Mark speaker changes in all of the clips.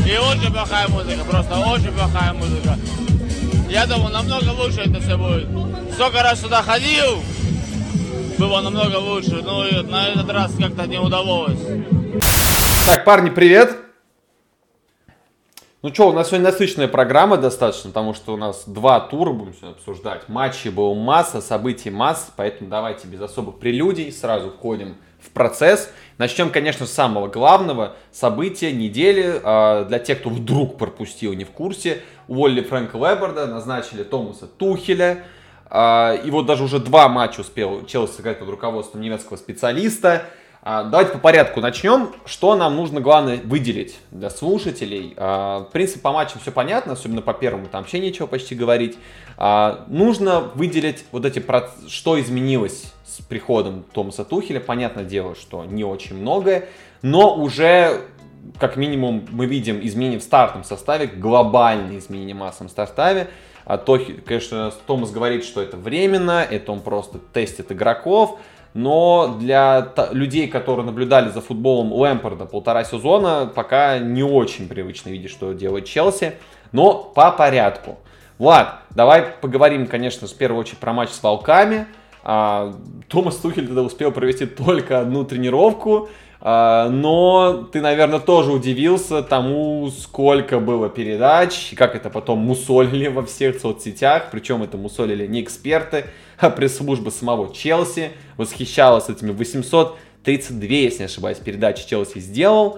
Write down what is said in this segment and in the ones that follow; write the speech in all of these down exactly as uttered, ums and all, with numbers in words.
Speaker 1: И очень плохая музыка, просто очень плохая музыка. Я думал, намного лучше это все будет. Сколько раз сюда ходил, было намного лучше, но на этот раз как-то не удалось.
Speaker 2: Так, парни, привет! Ну что, у нас сегодня насыщенная программа достаточно, потому что у нас два тура будем сегодня обсуждать. Матчей было масса, событий масса, поэтому давайте без особых прелюдий сразу входим в процесс. Начнем, конечно, с самого главного события недели. Для тех, кто вдруг пропустил, не в курсе, уволили Фрэнка Лэмпарда, назначили Томаса Тухеля. И вот даже уже два матча успел Челси сыграть под руководством немецкого специалиста. Давайте по порядку начнем. Что нам нужно, главное, выделить для слушателей? В принципе, по матчам все понятно, особенно по первому, там вообще нечего почти говорить. Нужно выделить вот эти, что изменилось с приходом Томаса Тухеля. Понятное дело, что не очень многое, но уже, как минимум, мы видим изменения в стартовом составе, глобальные изменения в массовом составе. Тухель, конечно, Томас говорит, что это временно, это он просто тестит игроков. Но для т- людей, которые наблюдали за футболом Лэмпарда полтора сезона, пока не очень привычно видеть, что делает Челси. Но по порядку. Влад, давай поговорим, конечно, в первую очередь про матч с Волками. А, Томас Тухель тогда успел провести только одну тренировку. А, но ты, наверное, тоже удивился тому, сколько было передач, и как это потом мусолили во всех соцсетях. Причем это мусолили не эксперты, а пресс-служба самого Челси. Восхищалась этими восемьсот тридцать две, если не ошибаюсь, передачи Челси сделал.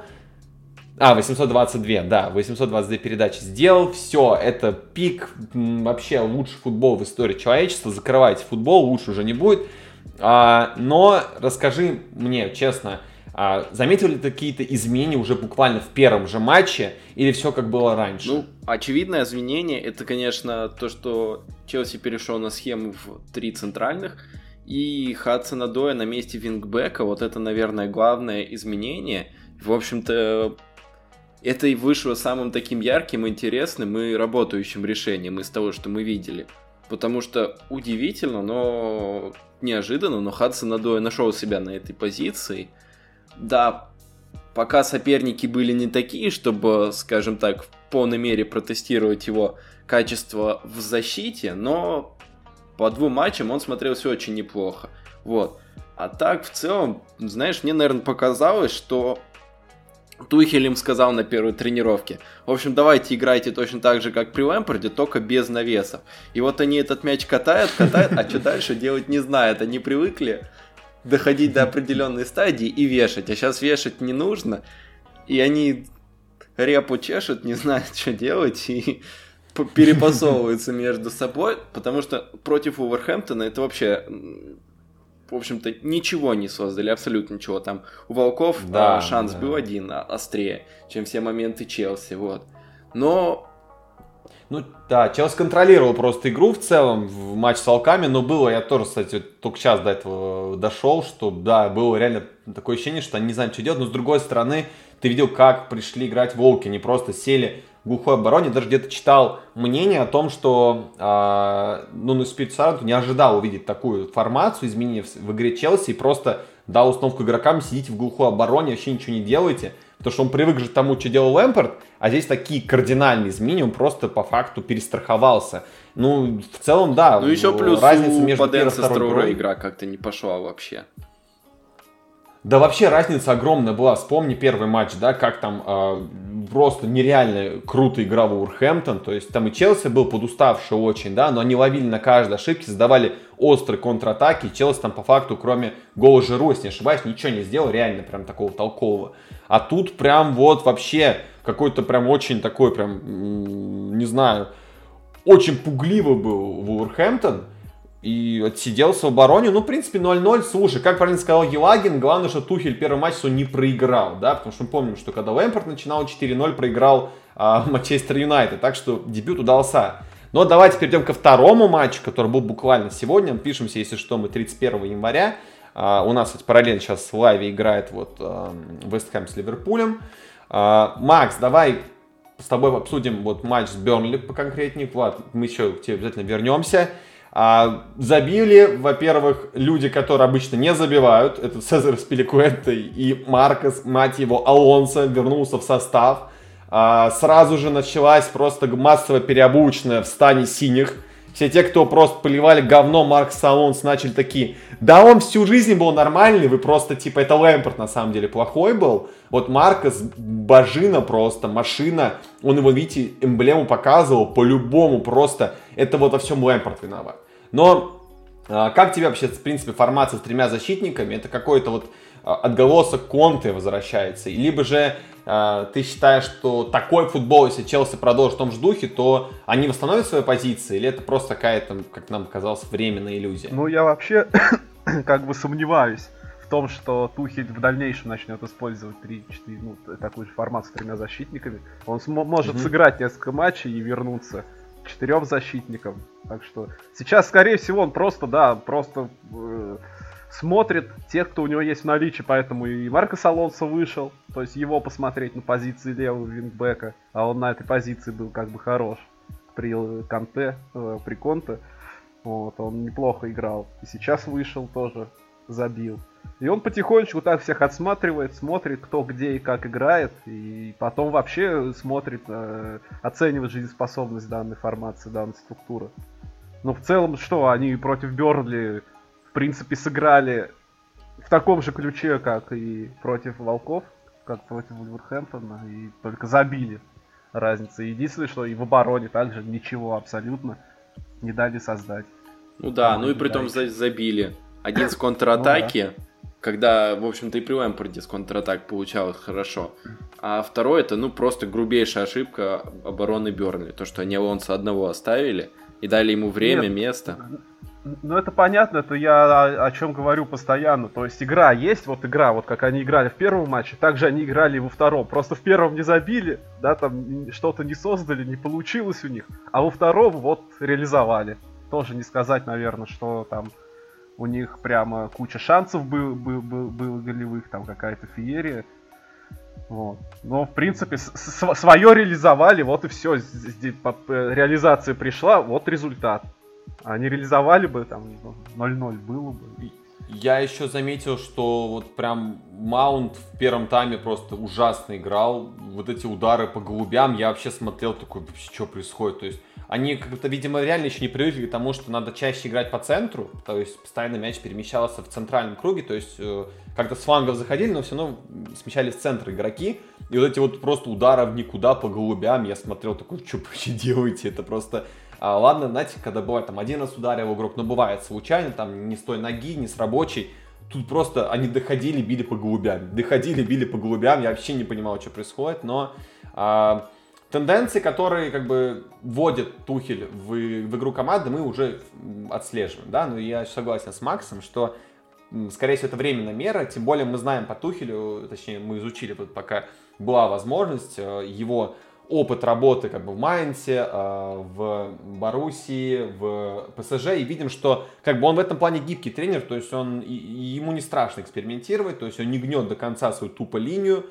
Speaker 2: А, восемьсот двадцать две, да, восемьсот двадцать две передачи сделал. Все, это пик, вообще лучший футбол в истории человечества. Закрывайте футбол, лучше уже не будет. А, но расскажи мне, честно, а, заметил ли ты какие-то изменения уже буквально в первом же матче, или все как было раньше?
Speaker 3: Ну, очевидное изменение, это, конечно, то, что Челси перешел на схему в три центральных, и Хадсона-Одоя на месте вингбека. Вот это, наверное, главное изменение. В общем-то, это и вышло самым таким ярким, интересным и работающим решением из того, что мы видели. Потому что удивительно, но неожиданно, но Хадсон-Одоя нашел себя на этой позиции. Да, пока соперники были не такие, чтобы, скажем так, в полной мере протестировать его качество в защите, но по двум матчам он смотрелся очень неплохо. Вот. А так, в целом, знаешь, мне, наверное, показалось, что Тухель им сказал на первой тренировке: в общем, давайте играйте точно так же, как при Лэмпарде, только без навесов. И вот они этот мяч катают, катают, а что дальше делать не знают. Они привыкли доходить до определенной стадии и вешать. А сейчас вешать не нужно. И они репу чешут, не знают, что делать, и перепасовываются между собой, потому что против Вулверхэмптона это вообще, в общем-то, ничего не создали, абсолютно ничего. Там у Волков да, шанс да. был один острее, чем все моменты Челси, вот. Но...
Speaker 2: Ну да, Челси контролировал просто игру в целом в матч с Волками, но было, я тоже, кстати, только сейчас до этого дошел, что да, было реально такое ощущение, что они не знают, что делать, но с другой стороны, ты видел, как пришли играть Волки, они просто сели в глухой обороне, даже где-то читал мнение о том, что э, ну, Спириту Санту не ожидал увидеть такую формацию, изменения в, в игре Челси, и просто дал установку игрокам: сидите в глухой обороне, вообще ничего не делайте, потому что он привык же к тому, что делал Лэмпард, а здесь такие кардинальные изменения, он просто по факту перестраховался. Ну, в целом, да,
Speaker 3: ну, еще плюс
Speaker 2: разница
Speaker 3: у
Speaker 2: между первой и
Speaker 3: второй
Speaker 2: игрой
Speaker 3: игра как-то не пошла вообще.
Speaker 2: Да вообще разница огромная была. Вспомни первый матч, да, как там э, просто нереально круто играл Вулверхэмптон. То есть там и Челси был подуставший очень, да, но они ловили на каждой ошибке, создавали острые контратаки. Челси там по факту, кроме гола Жиру, если не ошибаюсь, ничего не сделал, реально прям такого толкового. А тут прям вот вообще какой-то прям очень такой прям, не знаю, очень пугливый был Вулверхэмптон. И отсиделся в обороне. Ну, в принципе, ноль ноль. Слушай, как правильно сказал Елагин, главное, что Тухель первый матч он не проиграл, да, потому что мы помним, что когда Лэмпард начинал четыре ноль, проиграл а, Манчестер Юнайтед, так что дебют удался. Но давайте перейдем ко второму матчу, который был буквально сегодня. Пишемся, если что, мы тридцать первого января. А, у нас, кстати, параллельно сейчас в лайве играет вот а, Вест Хэм с Ливерпулем. А, Макс, давай с тобой обсудим вот матч с Бернли поконкретнее. Влад, мы еще к тебе обязательно вернемся. А, забили, во-первых, люди, которые обычно не забивают. Это Цезарь Спиликуэта и Маркос, мать его, Алонсо вернулся в состав. А, сразу же началась просто массовая переобувочная в стане синих. Все те, кто просто поливали говно Маркоса Алонсо, начали такие: да он всю жизнь был нормальный, вы просто, типа, это Лэмпард на самом деле плохой был. Вот Маркос божина просто, машина, он его, видите, эмблему показывал по-любому просто. Это вот во всем Лэмпард виноват. Но а, как тебе вообще, в принципе, формация с тремя защитниками? Это какой-то вот а, отголосок Конте возвращается? Либо же а, ты считаешь, что такой футбол, если Челси продолжит в том же духе, то они восстановят свои позиции? Или это просто какая-то, как нам казалось, временная иллюзия?
Speaker 4: Ну, я вообще как бы сомневаюсь в том, что Тухель в дальнейшем начнет использовать три-четыре, ну, такую же формацию с тремя защитниками. Он см- может mm-hmm. сыграть несколько матчей и вернуться к четырем защитникам. Так что сейчас, скорее всего, он просто, да, просто э, смотрит тех, кто у него есть в наличии, поэтому и Маркос Алонсо вышел, то есть его посмотреть на позиции левого вингбека, а он на этой позиции был как бы хорош при Конте, э, при Конте. Вот, он неплохо играл. И сейчас вышел тоже, забил. И он потихонечку так всех отсматривает, смотрит, кто где и как играет. И потом вообще смотрит, э, оценивает жизнеспособность данной формации, данной структуры. Но в целом, что, они против Бернли, в принципе, сыграли в таком же ключе, как и против Волков, как против Вулверхэмптона, и только забили. Разница. Единственное, что и в обороне также ничего абсолютно не дали создать.
Speaker 3: Ну да, ну и при том забили. Один с контратаки, ну, да. Когда, в общем-то, и при Лэмпарде с контратак получалось хорошо. А второй это, ну, просто грубейшая ошибка обороны Бернли. То, что они Алонсо одного оставили и дали ему время, Нет. место.
Speaker 4: Ну, это понятно, это я о, о чем говорю постоянно. То есть игра есть, вот игра, вот как они играли в первом матче, так же они играли и во втором. Просто в первом не забили, да, там что-то не создали, не получилось у них. А во втором вот реализовали. Тоже не сказать, наверное, что там у них прямо куча шансов было, было, было голевых, там какая-то феерия. Вот. Но, в принципе, с- с- свое реализовали, вот и все. Здесь реализация пришла, вот результат. Они реализовали бы, там, ноль-ноль было бы.
Speaker 2: Я еще заметил, что вот прям Маунт в первом тайме просто ужасно играл. Вот эти удары по голубям, я вообще смотрел, такой, что происходит. То есть они как-то, видимо, реально еще не привыкли к тому, что надо чаще играть по центру. То есть постоянно мяч перемещался в центральном круге. То есть э, как-то с флангов заходили, но все равно смещались в центр игроки. И вот эти вот просто удары в никуда по голубям, я смотрел, такой, что вы вообще делаете? Это просто... А, ладно, знаете, когда бывает там один раз ударил игрок, но бывает случайно, там не с той ноги, не с рабочей. Тут просто они доходили, били по голубям. Доходили, били по голубям. Я вообще не понимал, что происходит, но а, тенденции, которые как бы вводит Тухель в, в игру команды, мы уже отслеживаем, да. Но я согласен с Максом, что, скорее всего, это временная мера. Тем более мы знаем по Тухелю, точнее, мы изучили, вот пока была возможность, его опыт работы как бы в Майнце, в Боруссии, в ПСЖ, и видим, что как бы он в этом плане гибкий тренер, то есть он, и, и ему не страшно экспериментировать, то есть он не гнет до конца свою тупо линию,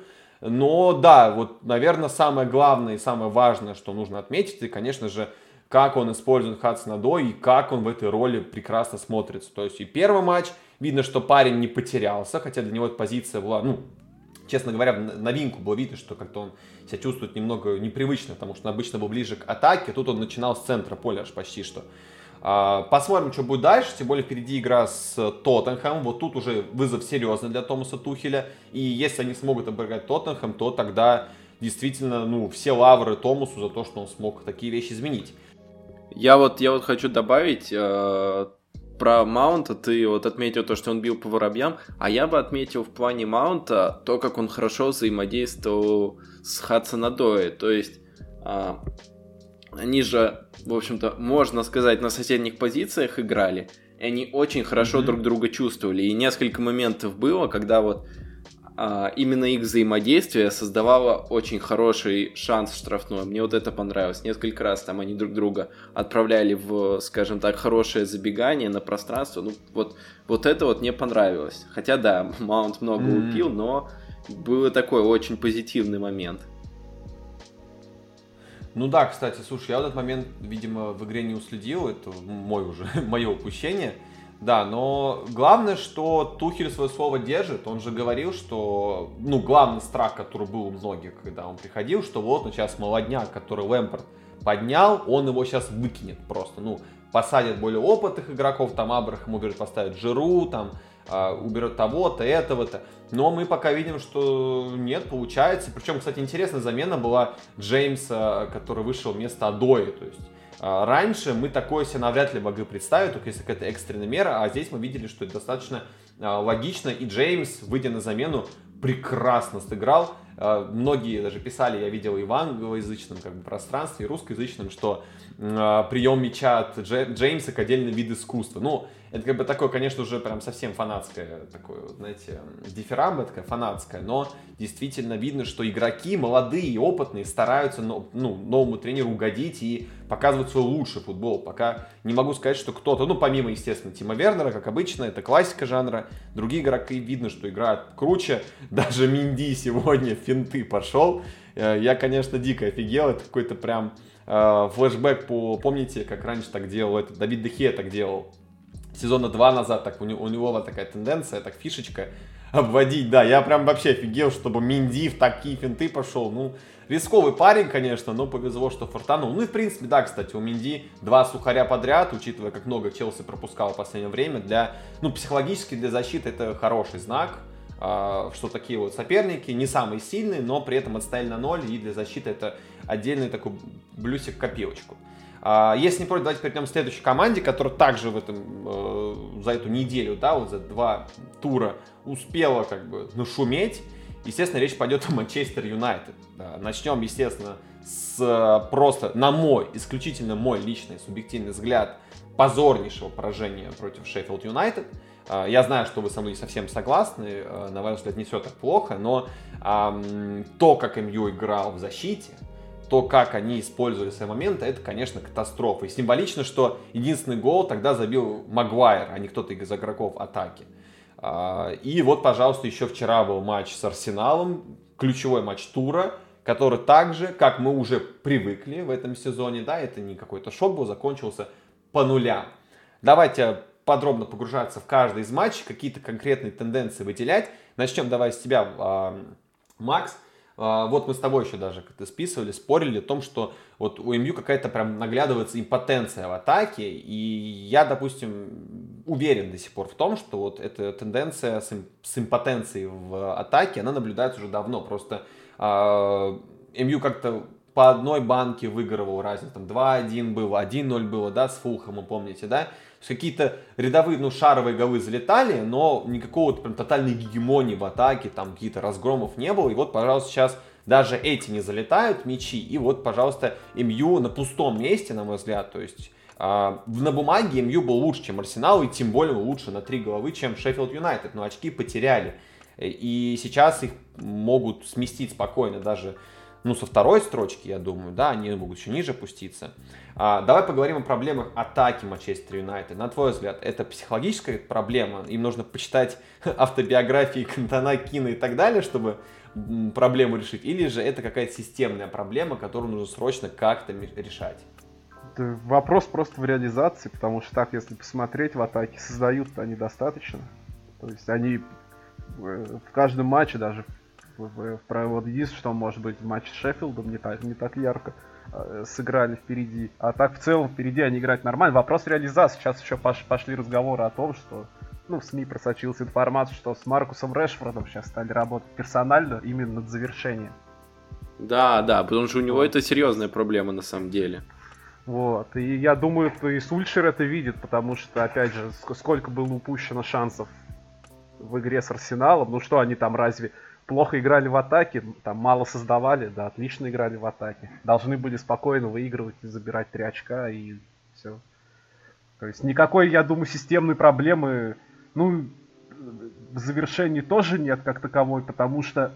Speaker 2: но да, вот, наверное, самое главное и самое важное, что нужно отметить, и, конечно же, как он использует Хадсон-Одой и как он в этой роли прекрасно смотрится, то есть и первый матч, видно, что парень не потерялся, хотя для него эта позиция была, ну, честно говоря, в новинку было видно, что как-то он себя чувствует немного непривычно, потому что он обычно был ближе к атаке, тут он начинал с центра поля аж почти что. Посмотрим, что будет дальше, тем более впереди игра с Тоттенхэмом, вот тут уже вызов серьезный для Томаса Тухеля, и если они смогут обыграть Тоттенхэм, то тогда действительно, ну, все лавры Томасу за то, что он смог такие вещи изменить.
Speaker 3: Я вот, я вот хочу добавить... Э- Про Маунта ты вот отметил то, что он бил по воробьям, а я бы отметил в плане Маунта то, как он хорошо взаимодействовал с Хадсон-Одой. То есть а, они же, в общем-то, можно сказать, на соседних позициях играли, и они очень хорошо mm-hmm. друг друга чувствовали. И несколько моментов было, когда вот а, именно их взаимодействие создавало очень хороший шанс в штрафной. Мне вот это понравилось. Несколько раз там они друг друга отправляли в, скажем так, хорошее забегание на пространство. Ну, вот, вот это вот мне понравилось. Хотя, да, Маунт много mm-hmm. упил, но был такой очень позитивный момент.
Speaker 2: Ну да, кстати, слушай, я в этот момент, видимо, в игре не уследил. Это мой уже, мое упущение. Да, но главное, что Тухель свое слово держит. Он же говорил, что, ну, главный страх, который был у многих, когда он приходил, что вот, ну, сейчас молодняк, который Лэмпард поднял, он его сейчас выкинет просто. Ну, посадят более опытных игроков, там Абрахам уберет, поставит Жиру, там, э, уберет того-то, этого-то. Но мы пока видим, что нет, получается. Причем, кстати, интересная замена была Джеймса, который вышел вместо Адои, то есть. Раньше мы такое себе навряд ли могли представить, только если какая-то экстренная мера, а здесь мы видели, что это достаточно логично, и Джеймс, выйдя на замену, прекрасно сыграл. Многие даже писали, я видел и в англоязычном как бы, пространстве, и русскоязычном, что прием мяча от Джеймса как отдельный вид искусства. Ну, это как бы такое, конечно, уже прям совсем фанатское, такое, знаете, дифирамба такая фанатская, но действительно видно, что игроки молодые и опытные стараются ну, новому тренеру угодить и показывать свой лучший футбол. Пока не могу сказать, что кто-то, ну, помимо, естественно, Тима Вернера, как обычно, это классика жанра, другие игроки видно, что играют круче, даже Минди сегодня в финты пошел. Я, конечно, дико офигел, это какой-то прям э, флешбэк по, помните, как раньше так делал, это Давид де Геа так делал. Сезона два назад так, у, него, у него была такая тенденция, так фишечка обводить, да, я прям вообще офигел, чтобы Минди в такие финты пошел, ну, рисковый парень, конечно, но повезло, что фартанул. Ну и в принципе, да, кстати, у Минди два сухаря подряд, учитывая, как много Челси пропускал в последнее время, для, ну, психологически для защиты это хороший знак, что такие вот соперники не самые сильные, но при этом отстояли на ноль, и для защиты это отдельный такой плюсик в копилочку. Если не против, давайте перейдем к следующей команде, которая также в этом, э, за эту неделю, да, вот за два тура успела как бы нашуметь. Естественно, речь пойдет о Манчестер Юнайтед. Да, начнем, естественно, с просто, на мой, исключительно мой личный субъективный взгляд, позорнейшего поражения против Шеффилд Юнайтед. Я знаю, что вы со мной не совсем согласны, на ваш взгляд не все так плохо, но э, то, как МЮ играл в защите, то, как они использовали свои моменты, это, конечно, катастрофа. И символично, что единственный гол тогда забил Магуайр, а не кто-то из игроков атаки. И вот, пожалуйста, еще вчера был матч с Арсеналом, ключевой матч тура, который также, как мы уже привыкли в этом сезоне, да, это не какой-то шок был, закончился по нулям. Давайте подробно погружаться в каждый из матчей, какие-то конкретные тенденции выделять. Начнем давай с тебя, Макс. Вот мы с тобой еще даже как-то списывали, спорили о том, что вот у МЮ какая-то прям наглядывается импотенция в атаке, и я, допустим, уверен до сих пор в том, что вот эта тенденция с, им, с импотенцией в атаке, она наблюдается уже давно, просто э, МЮ как-то по одной банке выигрывал разницу, там два один было, один ноль было, да, с Фулхэмом, помните, да, какие-то рядовые, ну, шаровые голы залетали, но никакого прям тотальной гегемонии в атаке, там какие-то разгромов не было. И вот, пожалуйста, сейчас даже эти не залетают мячи. И вот, пожалуйста, МЮ на пустом месте, на мой взгляд. То есть э, на бумаге МЮ был лучше, чем Арсенал, и тем более лучше на три головы, чем Шеффилд Юнайтед. Но очки потеряли. И сейчас их могут сместить спокойно даже, ну, со второй строчки, я думаю, да, они могут еще ниже опуститься. А, давай поговорим о проблемах атаки Манчестер Юнайтед. На твой взгляд, это психологическая проблема? Им нужно почитать автобиографии Кантона, Кина и так далее, чтобы проблему решить? Или же это какая-то системная проблема, которую нужно срочно как-то решать?
Speaker 4: Вопрос просто в реализации, потому что так, если посмотреть, в атаке создают-то они достаточно. То есть они в каждом матче, даже в, в, вот единственное, что может быть в матче с Шеффилдом не так, не так ярко э, сыграли впереди. А так в целом впереди они играют нормально. Вопрос реализации. Сейчас еще пош, пошли разговоры о том, что ну, в СМИ просочилась информация, что с Маркусом Решфордом сейчас стали работать персонально именно над завершением.
Speaker 3: Да, да, потому что у него это серьезная проблема на самом деле.
Speaker 4: Вот, и я думаю, и Сульшер это видит, потому что, опять же, сколько было упущено шансов в игре с Арсеналом. Ну что, они там разве плохо играли в атаке, там мало создавали, да, отлично играли в атаке. Должны были спокойно выигрывать и забирать три очка, и все. То есть никакой, я думаю, системной проблемы, ну, в завершении тоже нет как таковой, потому что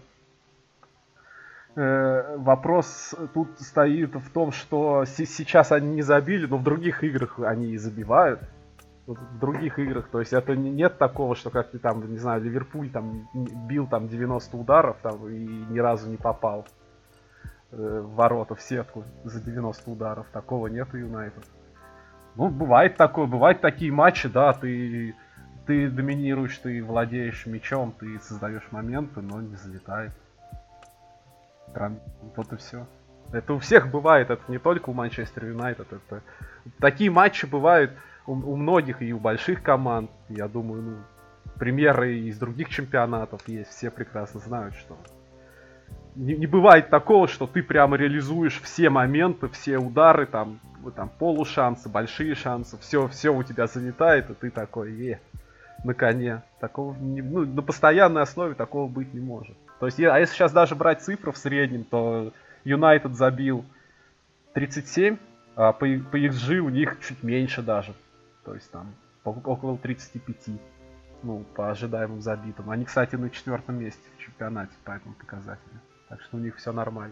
Speaker 4: э, вопрос тут стоит в том, что с- сейчас они не забили, но в других играх они и забивают. Вот в других играх, то есть это не, нет такого, что как ты там, не знаю, Ливерпуль там бил там девяносто ударов там и ни разу не попал э, в ворота, в сетку за девяносто ударов. Такого нет у Юнайтед. Ну, бывает такое, бывают такие матчи, да, ты, ты доминируешь, ты владеешь мячом, ты создаешь моменты, но не залетает. Вот и все. Это у всех бывает, это не только у Манчестер Юнайтед. Это... Такие матчи бывают у, у многих и у больших команд. Я думаю, ну, примеры из других чемпионатов есть, все прекрасно знают, что не, не бывает такого, что ты прямо реализуешь все моменты, все удары, там, там полушансы, большие шансы, все, все у тебя залетает, и ты такой, е, на коне. Такого не, ну, на постоянной основе такого быть не может. То есть, а если сейчас даже брать цифры в среднем, то Юнайтед забил тридцать семь, а по, по икс джи у них чуть меньше даже. То есть там около тридцать пять, ну, по ожидаемым забитым. Они, кстати, на четвертом месте в чемпионате по этому показателю. Так что у них все нормально.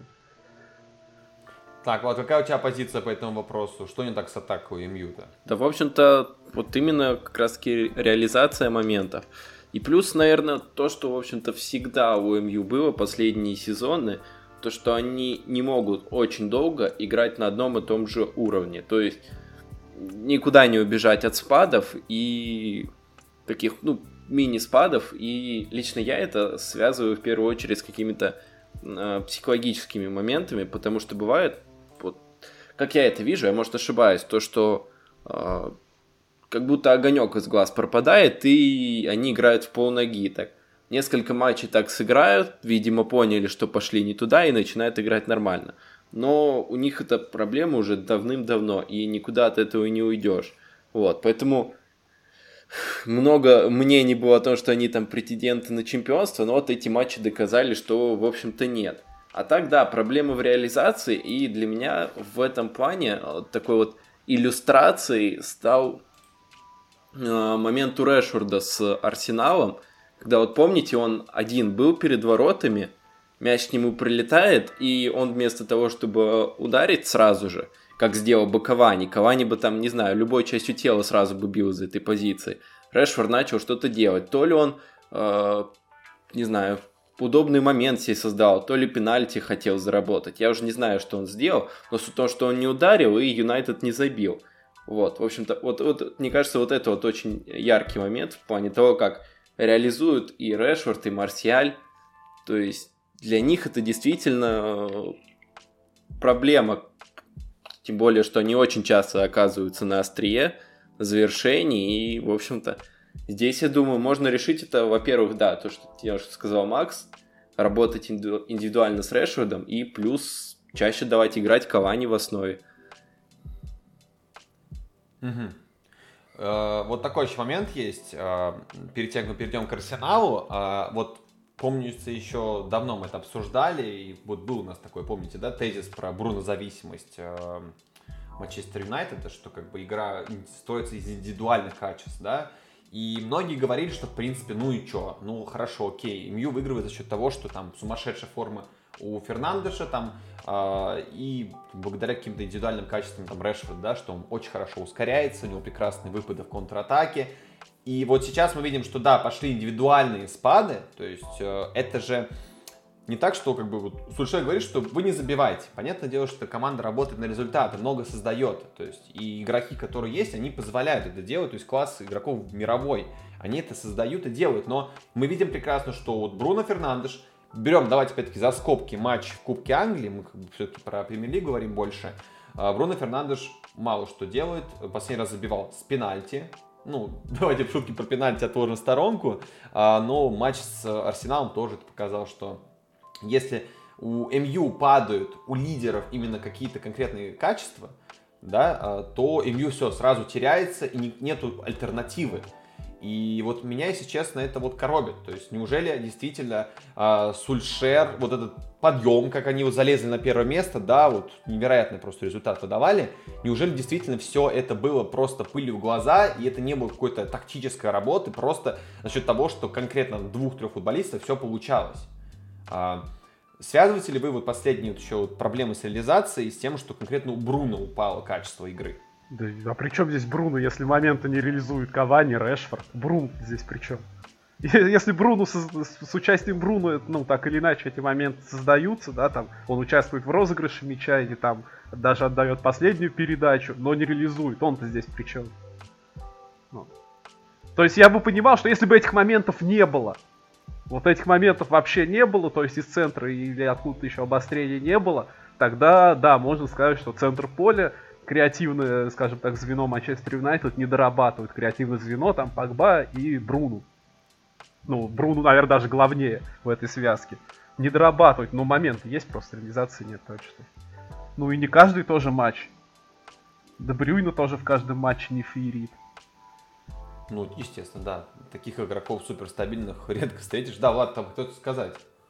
Speaker 2: Так, вот какая у тебя позиция по этому вопросу? Что не так с атакой у МЮ-то?
Speaker 3: Да, в общем-то, вот именно как раз-таки реализация моментов. И плюс, наверное, то, что, в общем-то, всегда у МЮ было последние сезоны, то, что они не могут очень долго играть на одном и том же уровне. То есть никуда не убежать от спадов и таких, ну, мини-спадов. И лично я это связываю в первую очередь с какими-то э, психологическими моментами, потому что бывает, вот, как я это вижу, я, может, ошибаюсь, то, что э, как будто огонек из глаз пропадает, и они играют в полноги. Так. Несколько матчей так сыграют, видимо, поняли, что пошли не туда, и начинают играть нормально. Но у них эта проблема уже давным-давно, и никуда от этого не уйдешь. Вот, поэтому много мнений было о том, что они там претенденты на чемпионство, но вот эти матчи доказали, что, в общем-то, нет. А так, да, проблема в реализации, и для меня в этом плане такой вот иллюстрацией стал э, момент у Решфорда с Арсеналом, когда вот помните, он один был перед воротами, мяч к нему прилетает, и он вместо того, чтобы ударить сразу же, как сделал бы Кавани, Кавани бы там, не знаю, любой частью тела сразу бы бил из этой позиции, Решфорд начал что-то делать. То ли он, э, не знаю, удобный момент себе создал, то ли пенальти хотел заработать. Я уже не знаю, что он сделал, но суть в том, что он не ударил, и Юнайтед не забил. Вот, в общем-то, вот, вот, мне кажется, вот это вот очень яркий момент в плане того, как реализуют и Решфорд, и Марсиаль. То есть для них это действительно проблема. Тем более, что они очень часто оказываются на острие завершений. И, в общем-то, здесь, я думаю, можно решить это, во-первых, да, то, что я уже сказал, Макс, работать индивидуально с Решфордом и плюс чаще давать играть Кавани в основе.
Speaker 2: Угу. Вот такой еще момент есть, перед тем, как мы перейдем к Арсеналу, вот помнится, еще давно мы это обсуждали, и вот был у нас такой, помните, да, тезис про Бруно-зависимость Манчестер Юнайтед, что как бы игра строится из индивидуальных качеств, да, и многие говорили, что в принципе, ну и чё, ну хорошо, окей, МЮ выигрывает за счет того, что там сумасшедшая форма у Фернандеша там, э, и благодаря каким-то индивидуальным качествам там Решфорд, да, что он очень хорошо ускоряется, у него прекрасные выпады в контратаке. И вот сейчас мы видим, что да, пошли индивидуальные спады, то есть э, это же не так, что как бы вот Сульшер говорит, что вы не забиваете. Понятное дело, что команда работает на результаты, много создает, то есть и игроки, которые есть, они позволяют это делать, то есть класс игроков мировой, они это создают и делают, но мы видим прекрасно, что вот Бруно Фернандеш, берем, давайте опять-таки за скобки матч в Кубке Англии, мы как бы все-таки про Премьер-лигу говорим больше. Бруно Фернандеш мало что делает, последний раз забивал с пенальти. Ну, давайте в шутке про пенальти отложим в сторонку, но матч с Арсеналом тоже показал, что если у МЮ падают, у лидеров именно какие-то конкретные качества, да, то МЮ все сразу теряется и нету альтернативы. И вот меня, если честно, это вот коробит. То есть неужели действительно э, Сульшер, вот этот подъем, как они вот залезли на первое место, да, вот невероятный просто результат выдавали. Неужели действительно все это было просто пылью в глаза, и это не было какой-то тактической работы, просто за счет того, что конкретно двух-трех футболистов все получалось. Э, связываете ли вы вот последние вот еще вот проблемы с реализацией с тем, что конкретно у Бруно упало качество игры?
Speaker 4: Да, а при чем здесь Бруно, если моменты не реализует Кавани, Решфорд? Брун здесь при чем? Если Бруно, с, с участием Бруно, ну, так или иначе, эти моменты создаются, да, там, он участвует в розыгрыше мяча или там даже отдает последнюю передачу, но не реализует, он-то здесь при чем? Ну. То есть я бы понимал, что если бы этих моментов не было, вот этих моментов вообще не было, то есть из центра или откуда-то еще обострения не было, тогда, да, можно сказать, что центр поля, креативное, скажем так, звено Манчестер Юнайтед не дорабатывает, креативное звено, там, Погба и Бруно. Ну, Бруно, наверное, даже главнее в этой связке. Не дорабатывать, но моменты есть, просто реализации нет точно. Ну и не каждый тоже матч. Де Брюйне тоже в каждом матче не феерит.
Speaker 2: Ну, естественно, да. Таких игроков суперстабильных редко встретишь. Да, Влад, там кто-то сказать.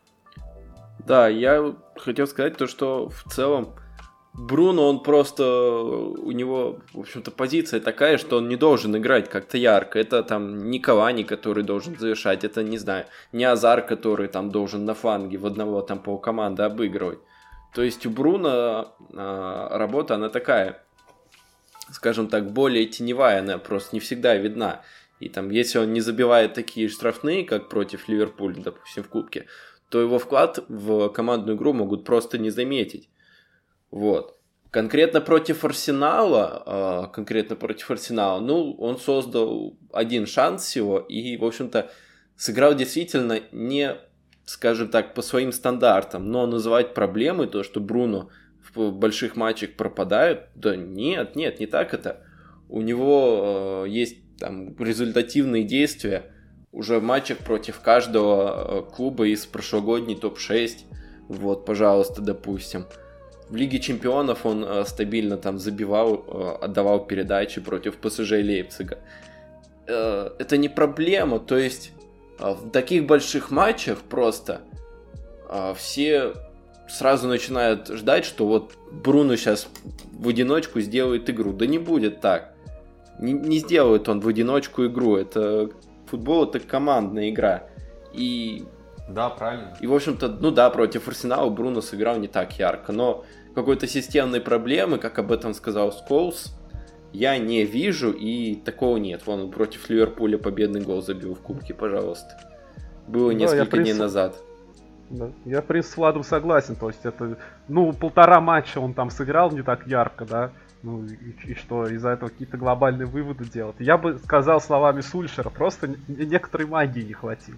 Speaker 3: Да, я хотел сказать то, что в целом Бруно, он просто, у него, в общем-то, позиция такая, что он не должен играть как-то ярко. Это там не Кавани, который должен завершать, это, не знаю, не Азар, который там должен на фланге в одного там полкоманды обыгрывать. То есть у Бруно а, работа, она такая, скажем так, более теневая, она просто не всегда видна. И там, если он не забивает такие штрафные, как против Ливерпуля, допустим, в Кубке, то его вклад в командную игру могут просто не заметить. Вот. Конкретно против Арсенала, э, конкретно против Арсенала, ну, он создал один шанс всего и, в общем-то, сыграл действительно не, скажем так, по своим стандартам, но называть проблемой то, что Бруно в больших матчах пропадает, да нет, нет, не так это. У него э, есть там результативные действия уже в матчах против каждого э, клуба из прошлогодней топ шесть, вот, пожалуйста, допустим. В Лиге Чемпионов он э, стабильно там забивал, э, отдавал передачи против ПСЖ Лейпцига. Э, это не проблема, то есть э, в таких больших матчах просто э, все сразу начинают ждать, что вот Бруно сейчас в одиночку сделает игру. Да не будет так. Не, не сделает он в одиночку игру. Это футбол, это командная игра. И
Speaker 2: Да, правильно.
Speaker 3: И, в общем-то, ну да, против Арсенала Бруно сыграл не так ярко, но какой-то системной проблемы, как об этом сказал Сколс, я не вижу, и такого нет. Вон, против Ливерпуля победный гол забил в Кубке, пожалуйста. Было
Speaker 4: да,
Speaker 3: несколько
Speaker 4: принцип...
Speaker 3: дней назад.
Speaker 4: Да. Я, в принципе, с Владом согласен, то есть это, ну, полтора матча он там сыграл не так ярко, да, ну, и, и что, из-за этого какие-то глобальные выводы делать. Я бы сказал словами Сульшера, просто некоторой магии не хватило.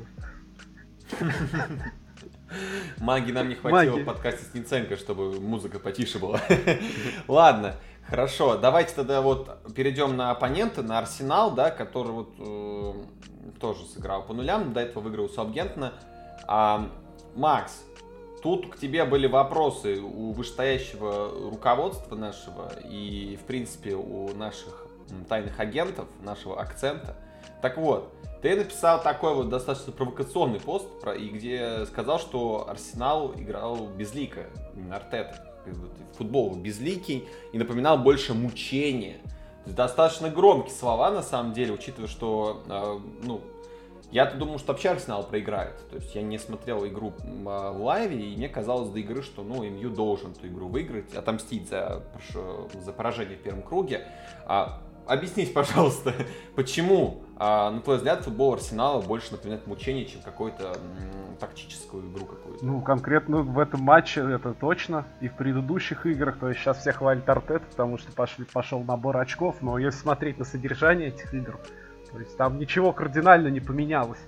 Speaker 2: Магии нам не хватило в подкасте с Ниценко, чтобы музыка потише была. Ладно, хорошо. Давайте тогда вот перейдем на оппонента, на Арсенал, да, который вот э, тоже сыграл по нулям, до этого выиграл у Саутгемптона. А, Макс, тут к тебе были вопросы у вышестоящего руководства нашего и, в принципе, у наших тайных агентов, нашего акцента. Так вот, ты написал такой вот достаточно провокационный пост, и где сказал, что Арсенал играл безлико, именно Артета. Футбол безликий и напоминал больше мучения. То есть достаточно громкие слова, на самом деле, учитывая, что, э, ну, я-то думал, что вообще Арсенал проиграет. То есть я не смотрел игру в лайве, и мне казалось до игры, что, ну, МЮ должен эту игру выиграть, отомстить за, за поражение в первом круге. А, объяснись, пожалуйста, почему, а, на твой взгляд, футбол Арсенала больше напоминает мучение, чем какую-то м, тактическую игру какую-то?
Speaker 4: Ну, конкретно в этом матче это точно. И в предыдущих играх, то есть сейчас все хвалят Артета, потому что пошли, пошел набор очков, но если смотреть на содержание этих игр, то есть там ничего кардинально не поменялось.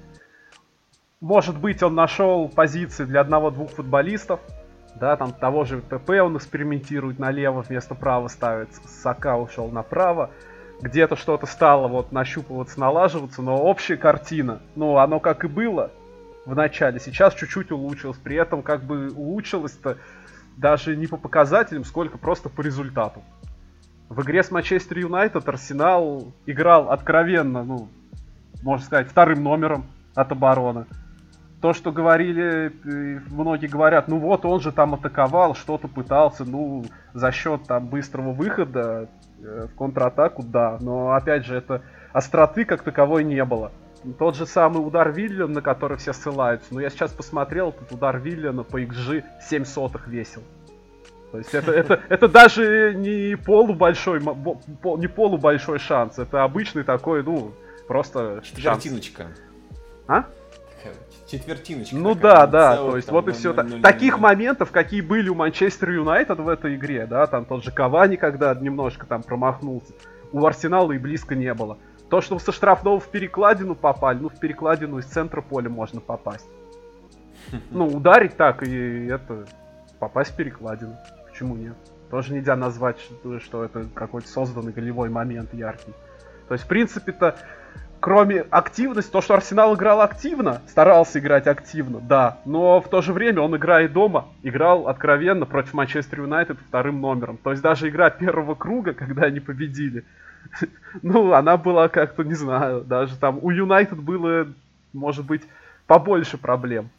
Speaker 4: Может быть, он нашел позиции для одного-двух футболистов, да, там того же ПП он экспериментирует налево, вместо права ставит, Сака ушел направо. Где-то что-то стало вот нащупываться, налаживаться, но общая картина, ну, оно как и было в начале, сейчас чуть-чуть улучшилось. При этом как бы улучшилось-то даже не по показателям, сколько просто по результату. В игре с Манчестер Юнайтед Арсенал играл откровенно, ну, можно сказать, вторым номером от обороны. То, что говорили, многие говорят, ну вот он же там атаковал, что-то пытался, ну, за счет там быстрого выхода в контратаку, да, но опять же, это остроты как таковой не было. Тот же самый удар Виллиана, на который все ссылаются, но я сейчас посмотрел, этот удар Виллиана по икс джи семь сотых весил. То есть это, это, это даже не полубольшой, не полубольшой шанс, это обычный такой, ну, просто
Speaker 2: четвертиночка.
Speaker 4: А?
Speaker 2: Четвертиночка.
Speaker 4: Ну
Speaker 2: такая,
Speaker 4: да, да,
Speaker 2: целых,
Speaker 4: то есть
Speaker 2: там,
Speaker 4: вот и
Speaker 2: ноль
Speaker 4: все.
Speaker 2: ноль ноль
Speaker 4: Таких
Speaker 2: ноль.
Speaker 4: моментов, какие были у Манчестер Юнайтед в этой игре, да, там тот же Кавани, когда немножко там промахнулся, у Арсенала и близко не было. То, что со штрафного в перекладину попали, ну в перекладину из центра поля можно попасть. Ну, ударить так и это, попасть в перекладину. Почему нет? Тоже нельзя назвать, что, что это какой-то созданный голевой момент яркий. То есть, в принципе-то, кроме активности, то, что Арсенал играл активно, старался играть активно, да, но в то же время он, играя дома, играл откровенно против Манчестер Юнайтед вторым номером. То есть даже игра первого круга, когда они победили, ну, она была как-то, не знаю, даже там у Юнайтед было, может быть, побольше проблем.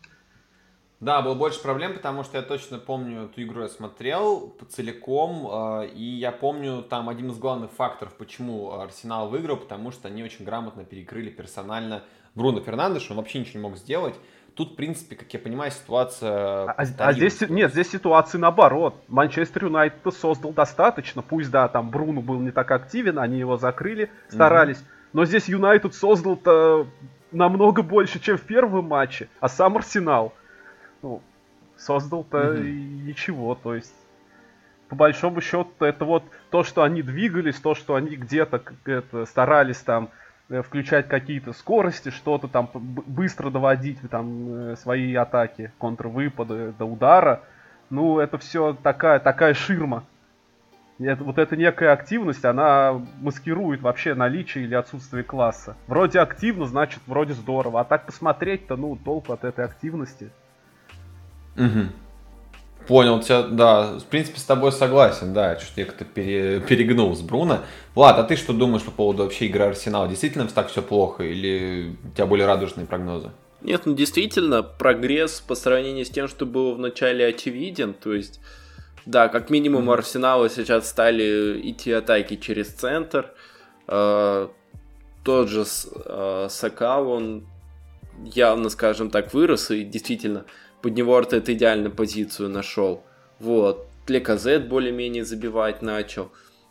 Speaker 2: Да, было больше проблем, потому что я точно помню эту игру, я смотрел целиком, э, и я помню там один из главных факторов, почему Арсенал выиграл, потому что они очень грамотно перекрыли персонально Бруно Фернандеша, он вообще ничего не мог сделать. Тут, в принципе, как я понимаю, ситуация...
Speaker 4: А, а здесь, нет, здесь ситуация наоборот. Манчестер Юнайтед создал достаточно, пусть, да, там Бруно был не так активен, они его закрыли, старались, угу. Но здесь Юнайтед создал-то намного больше, чем в первом матче, а сам Арсенал... Ну, создал-то mm-hmm. и ничего, то есть по большому счету это вот то, что они двигались, то, что они где-то это, старались там включать какие-то скорости, что-то там быстро доводить там свои атаки, контрвыпады до удара, ну это все такая, такая ширма. Это, вот эта некая активность, она маскирует вообще наличие или отсутствие класса. Вроде активно, значит вроде здорово, а так посмотреть-то, ну толку от этой активности.
Speaker 2: Угу. Понял тебя, да, в принципе с тобой согласен, да, что-то я как-то пере, перегнул с Бруно. Влад, а ты что думаешь по поводу вообще игры Арсенала? Действительно так все плохо или у тебя более радужные прогнозы?
Speaker 3: Нет, ну действительно, прогресс по сравнению с тем, что было в начале, очевиден, то есть, да, как минимум mm-hmm. Арсенала сейчас стали идти атаки через центр, э, тот же э, Сака, он явно, скажем так, вырос и действительно... Под него Артета идеальную позицию нашел. Вот. Леказет более-менее забивать начал.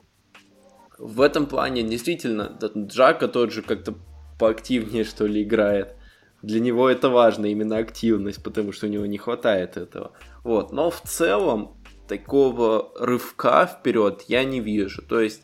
Speaker 3: В этом плане действительно Джака тот же как-то поактивнее, что ли, играет. Для него это важно, именно активность, потому что у него не хватает этого. Вот. Но в целом такого рывка вперед я не вижу. То есть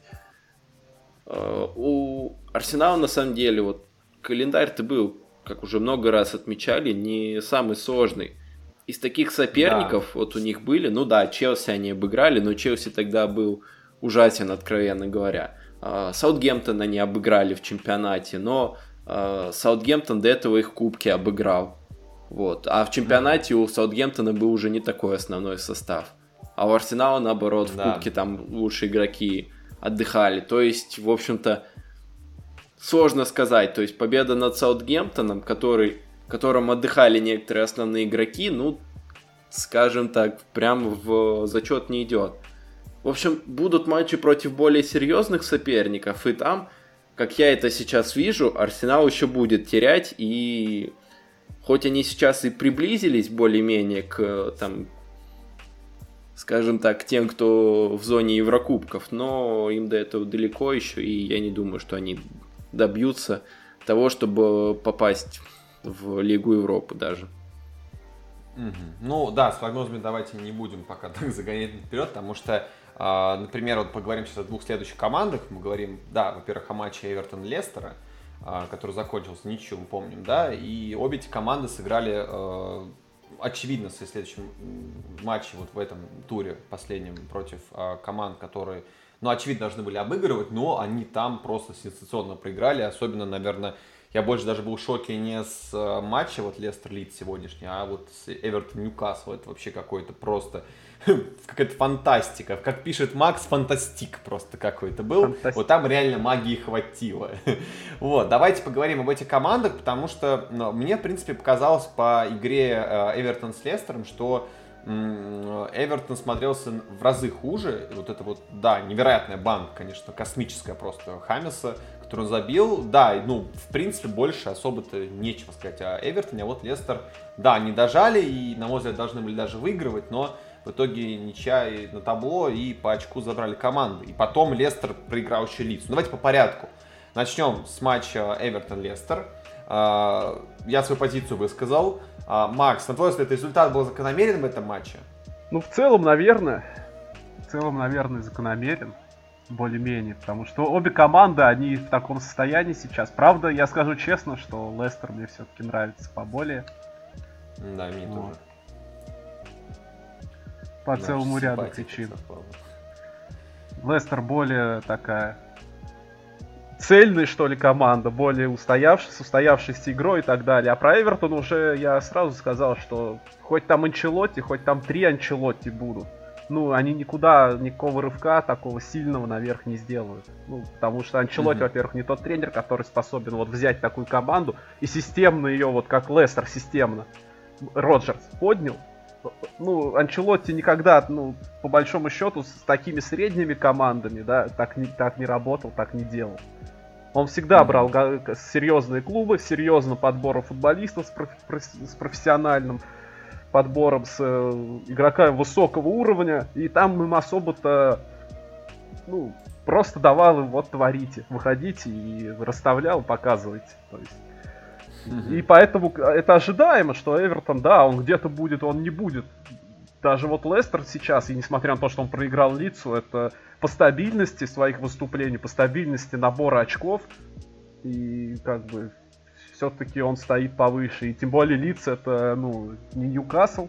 Speaker 3: э, у Арсенала на самом деле вот календарь-то был, как уже много раз отмечали, не самый сложный. Из таких соперников, да. Вот у них были, ну да, Челси они обыграли, но Челси тогда был ужасен, откровенно говоря. Саутгемптон они обыграли в чемпионате, но Саутгемптон до этого их кубки обыграл. Вот. А в чемпионате у Саутгемптона был уже не такой основной состав. А у Арсенала, наоборот, в да. кубке там лучшие игроки отдыхали. То есть, в общем-то, сложно сказать. То есть, победа над Саутгемптоном, который... в котором отдыхали некоторые основные игроки, ну, скажем так, прям в зачет не идет. В общем, будут матчи против более серьезных соперников, и там, как я это сейчас вижу, Арсенал еще будет терять, и хоть они сейчас и приблизились более-менее к, там, скажем так, к тем, кто в зоне Еврокубков, но им до этого далеко еще, и я не думаю, что они добьются того, чтобы попасть в Лигу Европы даже.
Speaker 2: Угу. Ну да, с прогнозами давайте не будем пока так загонять вперед, потому что, э, например, вот поговорим сейчас о двух следующих командах. Мы говорим, да, во-первых, о матче Эвертон-Лестера, э, который закончился ничью, мы помним, да, и обе эти команды сыграли, э, очевидно, в следующем матче, вот в этом туре последнем, против э, команд, которые, ну, очевидно, должны были обыгрывать, но они там просто сенсационно проиграли, особенно, наверное, я больше даже был в шоке не с матча вот Лестер-Лидс сегодняшний, а вот с Эвертон-Ньюкасл. Это вообще какой-то просто какая-то фантастика. Как пишет Макс, фантастик просто какой-то был. Фантастик. Вот там реально магии хватило. Вот, давайте поговорим об этих командах, потому что ну, мне, в принципе, показалось по игре Эвертон с Лестером, что Эвертон смотрелся в разы хуже. Вот это вот, да, невероятная банка, конечно, космическая просто Хамеса, который он забил. Да, ну, в принципе, больше особо-то нечего сказать о Эвертоне. А вот Лестер, да, не дожали и, на мой взгляд, должны были даже выигрывать, но в итоге ничья на табло и по очку забрали команды. И потом Лестер проиграл еще Лидс. Ну, давайте по порядку. Начнем с матча Эвертон-Лестер. А, я свою позицию высказал. А, Макс, на твой взгляд, результат был закономерен в этом матче?
Speaker 4: Ну, в целом, наверное. В целом, наверное, закономерен. Более-менее. Потому что обе команды, они в таком состоянии сейчас. Правда, я скажу честно, что Лестер мне все-таки нравится поболее.
Speaker 2: Да, мне
Speaker 4: Вот.
Speaker 2: тоже.
Speaker 4: По
Speaker 2: Наша
Speaker 4: целому ряду
Speaker 2: симпатия
Speaker 4: причин.
Speaker 2: совпала.
Speaker 4: Лестер более такая цельная, что ли, команда, более устоявшаяся, с устоявшейся игрой и так далее. А про Эвертон уже я сразу сказал, что хоть там Анчелотти, хоть там три Анчелотти будут, ну, они никуда, никакого рывка такого сильного наверх не сделают. Ну, потому что Анчелотти,
Speaker 2: Mm-hmm.
Speaker 4: во-первых, не тот тренер, который способен вот взять такую команду и системно ее, вот как Лестер системно Роджерс поднял. Ну, Анчелотти никогда, ну, по большому счету, с такими средними командами, да, так не, так не работал, так не делал. Он всегда
Speaker 2: Mm-hmm.
Speaker 4: брал га- серьезные клубы, с серьезным подбором футболистов, с, проф- проф- с профессиональным подбором, с э, игроками высокого уровня, и там им особо-то, ну, просто давал им, вот, творите, выходите, и расставлял, показывайте, то есть.
Speaker 2: Мгм.
Speaker 4: И поэтому это ожидаемо, что Эвертон, да, он где-то будет, он не будет. Даже вот Лестер сейчас, и несмотря на то, что он проиграл Лидсу, это по стабильности своих выступлений, по стабильности набора очков, и как бы все-таки он стоит повыше. И тем более Лидс это, ну, не Ньюкасл.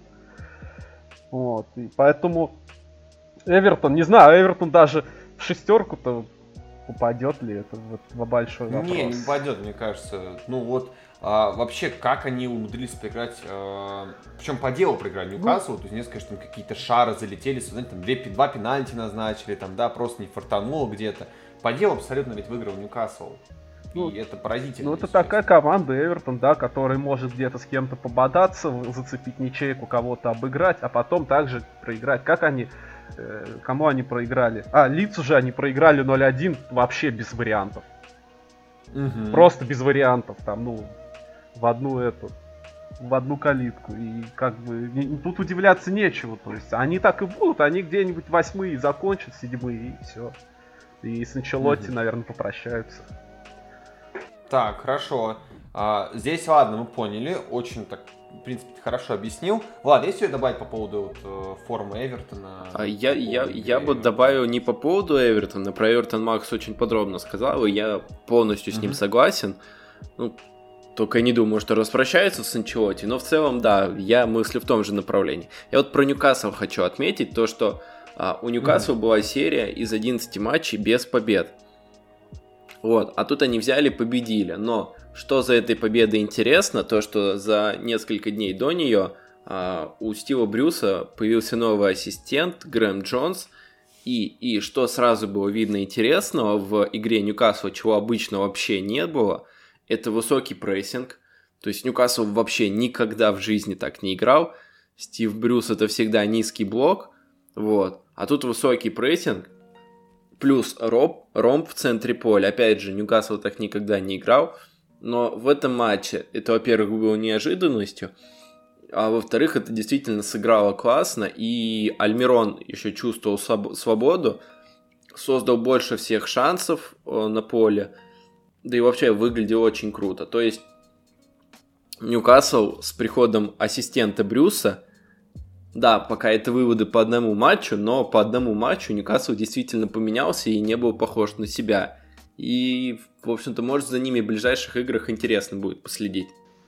Speaker 4: Вот, и поэтому Эвертон, не знаю, Эвертон даже в шестерку-то попадет ли, это вот большой вопрос.
Speaker 2: Не, не попадет, мне кажется. Ну вот, а, вообще, как они умудрились проиграть, а, причем по делу проиграли Ньюкаслу, то есть несколько, что там какие-то шары залетели, знаете, там две, два пенальти назначили, там, да, просто не фартануло где-то. По делу абсолютно ведь выиграл Ньюкасл.
Speaker 4: Ну,
Speaker 2: И это поразительно.
Speaker 4: Ну, это
Speaker 2: если
Speaker 4: такая
Speaker 2: честно.
Speaker 4: команда Эвертон, да, которая может где-то с кем-то пободаться, зацепить ничейку, кого-то обыграть, а потом также проиграть. Как они, э, кому они проиграли? А, Лидсу же они проиграли ноль один вообще без вариантов.
Speaker 2: Мгм.
Speaker 4: Просто без вариантов, там, ну, в одну эту, в одну калитку. И как бы не- тут удивляться нечего. То есть они так и будут, они где-нибудь восьмые закончат, седьмые, и все. И с Анчелотти,
Speaker 2: Мгм.
Speaker 4: наверное, попрощаются.
Speaker 2: Так, хорошо. А, здесь, ладно, мы поняли. Очень так, в принципе, ты хорошо объяснил. Влад, есть что добавить по поводу вот, э, формы Эвертона?
Speaker 3: А я,
Speaker 2: По
Speaker 3: я,
Speaker 2: поводу
Speaker 3: я
Speaker 2: игры
Speaker 3: бы
Speaker 2: Эвертона?
Speaker 3: добавил не по поводу Эвертона, про Эвертон Макс очень подробно сказал, и я полностью с ним
Speaker 2: Мгм.
Speaker 3: согласен. Ну, только не думаю, что распрощаются с Анчелотти, но в целом, да, я мыслю в том же направлении. Я вот про Ньюкасл хочу отметить, то, что а, у Ньюкасла была серия из одиннадцати матчей без побед. Вот, а тут они взяли, победили, но что за этой победой интересно, то что за несколько дней до нее а, у Стива Брюса появился новый ассистент Грэм Джонс, и, и что сразу было видно интересного в игре Ньюкасла, чего обычно вообще не было, это высокий прессинг, то есть Ньюкасл вообще никогда в жизни так не играл, Стив Брюс это всегда низкий блок, вот, а тут высокий прессинг, плюс ромб, ромб в центре поля. Опять же, Ньюкасл так никогда не играл. Но в этом матче это, во-первых, было неожиданностью. А во-вторых, это действительно сыграло классно. И Альмирон еще чувствовал своб- свободу. Создал больше всех шансов э, на поле. Да и вообще выглядел очень круто. То есть Ньюкасл с приходом ассистента Брюса, да, пока это выводы по одному матчу, но по одному матчу Ньюкасл действительно поменялся и не был похож на себя. И, в общем-то, может, за ними в ближайших играх интересно будет последить.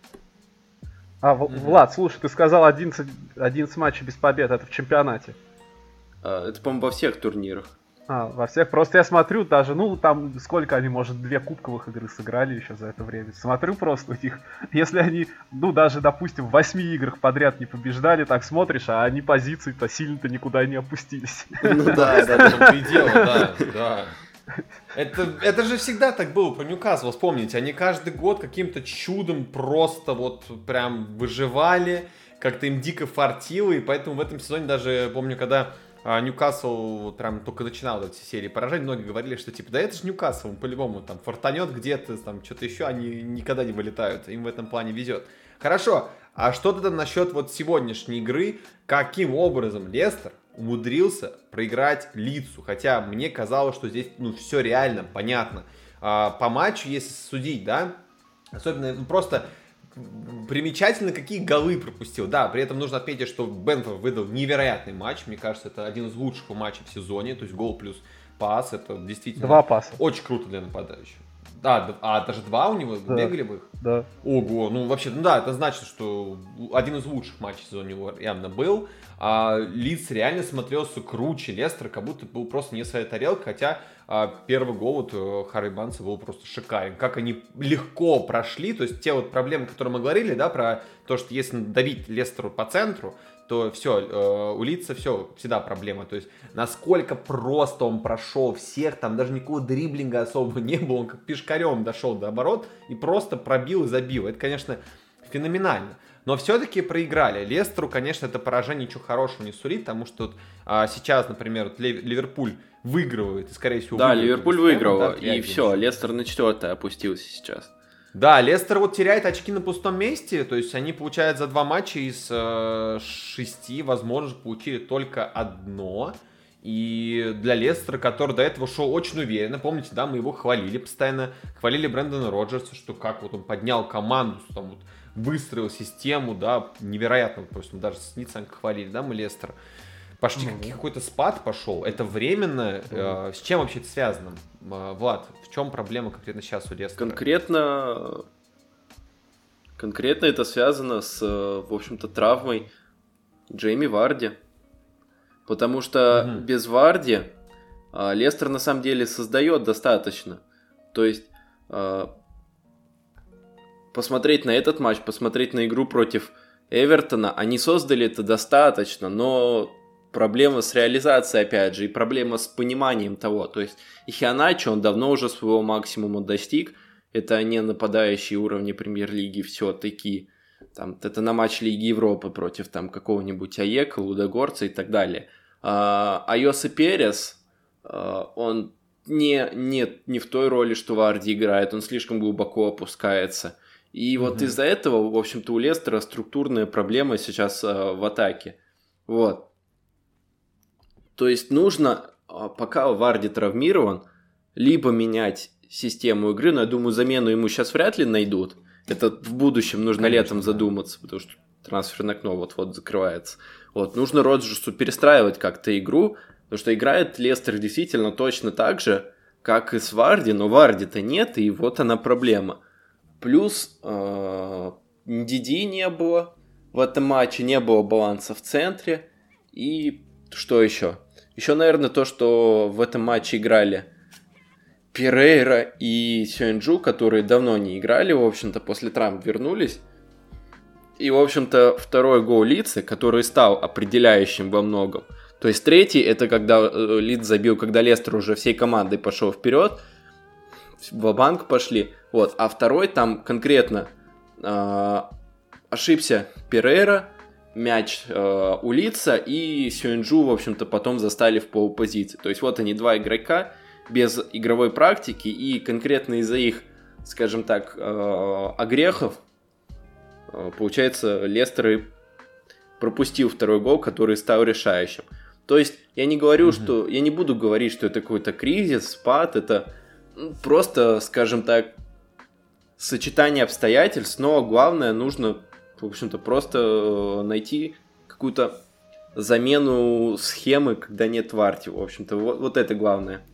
Speaker 4: А, В-
Speaker 2: Мгм.
Speaker 4: Влад, слушай, ты сказал одиннадцать, одиннадцать матчей без побед, это в чемпионате.
Speaker 3: А, Это, по-моему, во всех турнирах.
Speaker 4: А, во всех. Просто я смотрю даже, ну, там сколько они, может, две кубковых игры сыграли еще за это время. Смотрю просто у них, если они, ну, даже, допустим, в восьми играх подряд не побеждали, так смотришь, а они позиции-то сильно-то никуда не опустились.
Speaker 3: Ну
Speaker 2: Да, да, в том-то и дело, да, да. Это, это же всегда так было про Ньюкасл, вспомните, они каждый год каким-то чудом просто вот прям выживали, как-то им дико фартило, и поэтому в этом сезоне даже, помню, когда а, Ньюкасл вот прям только начинал вот эти серии поражений, многие говорили, что типа, да это же Ньюкасл, он по-любому там фартанет где-то, там что-то еще, они никогда не вылетают, им в этом плане везет. Хорошо, а что тогда насчет вот сегодняшней игры, каким образом Лестер умудрился проиграть Лидсу, хотя мне казалось, что здесь, ну, все реально, понятно. А, по матчу, если судить, да, Особенно ну, просто примечательно, какие голы пропустил. Да, при этом нужно отметить, что Бенфорд выдал невероятный матч. Мне кажется, это один из лучших матчей в сезоне. То есть гол плюс пас. Это действительно
Speaker 4: Два паса.
Speaker 2: Очень круто для нападающего. Да, а даже два у него
Speaker 4: да.
Speaker 2: бегали бы?
Speaker 4: Да.
Speaker 2: Ого, ну вообще, ну да, это значит, что один из лучших матчей в сезоне у него явно был. А Лидс реально смотрелся круче Лестера, как будто был просто не своя тарелка, хотя а, первый гол вот Харви Барнса был просто шикарен. Как они легко прошли, то есть те вот проблемы, которые мы говорили, да, про то, что если давить Лестеру по центру, то все, э, у Лидса все, всегда проблема. То есть, насколько просто он прошел всех, там даже никакого дриблинга особо не было, он как пешкарем дошел до оборот и просто пробил и забил. Это, конечно, феноменально. Но все-таки проиграли. Лестеру, конечно, это поражение ничего хорошего не сулит, потому что вот, а, сейчас, например, вот Ливерпуль выигрывает, и, скорее всего,
Speaker 3: да, Ливерпуль выиграл,
Speaker 2: да,
Speaker 3: и все, Лестер на четвертое опустился сейчас.
Speaker 2: Да, Лестер вот теряет очки на пустом месте, то есть они получают за два матча из э, шести, возможно, получили только одно. И для Лестера, который до этого шел очень уверенно, помните, да, мы его хвалили постоянно, хвалили Брэндона Роджерса, что как вот он поднял команду, там вот выстроил систему, да, невероятно, то есть мы даже с Ниццем хвалили, да, мы Лестер. Почти mm-hmm. какой-то спад пошел. Это временно. Mm-hmm. Э, с чем вообще это связано? Э, Влад, в чем проблема конкретно сейчас у Лестера?
Speaker 3: Конкретно... Конкретно это связано с, в общем-то, травмой Джейми Варди. Потому что mm-hmm. без Варди э, Лестер на самом деле создает достаточно. То есть э, посмотреть на этот матч, посмотреть на игру против Эвертона, они создали это достаточно, но... Проблема с реализацией, опять же, и проблема с пониманием того. То есть Ихианачо, он давно уже своего максимума достиг. Это не нападающие уровни премьер-лиги все-таки. Там, это на матч Лиги Европы против там, какого-нибудь АЕКа, Лудогорца и так далее. А, а Йосе Перес, а, он не, не, не в той роли, что Варди играет. Он слишком глубоко опускается. И mm-hmm. вот из-за этого, в общем-то, у Лестера структурная проблема сейчас а, в атаке. Вот. То есть нужно, пока Варди травмирован, либо менять систему игры, но я думаю, замену ему сейчас вряд ли найдут. Это в будущем нужно Конечно, летом да. задуматься, потому что трансферное окно вот-вот закрывается. Вот, нужно Роджерсу перестраивать как-то игру, потому что играет Лестер действительно точно так же, как и с Варди, но Варди-то нет, и вот она проблема. Плюс э, Ндиди не было в этом матче, не было баланса в центре, и... Что еще? Еще, наверное, то, что в этом матче играли Перейра и Сюэнджу, которые давно не играли, в общем-то, после травм вернулись. И, в общем-то, второй гол Лидса, который стал определяющим во многом. То есть третий, это когда Лидс забил, когда Лестер уже всей командой пошел вперед, ва-банк пошли. Вот. А второй там конкретно э, ошибся Перейра, мяч э, у Лидса, и Сюэнджу, в общем-то, потом застали в полупозиции. То есть вот они, два игрока без игровой практики, и конкретно из-за их, скажем так, э, огрехов, э, получается, Лестер и пропустил второй гол, который стал решающим. То есть я не говорю, mm-hmm. что... Я не буду говорить, что это какой-то кризис, спад, это просто, скажем так, сочетание обстоятельств, но главное, нужно... В общем-то, просто найти какую-то замену схемы, когда нет Варди. В общем-то, вот, вот это главное.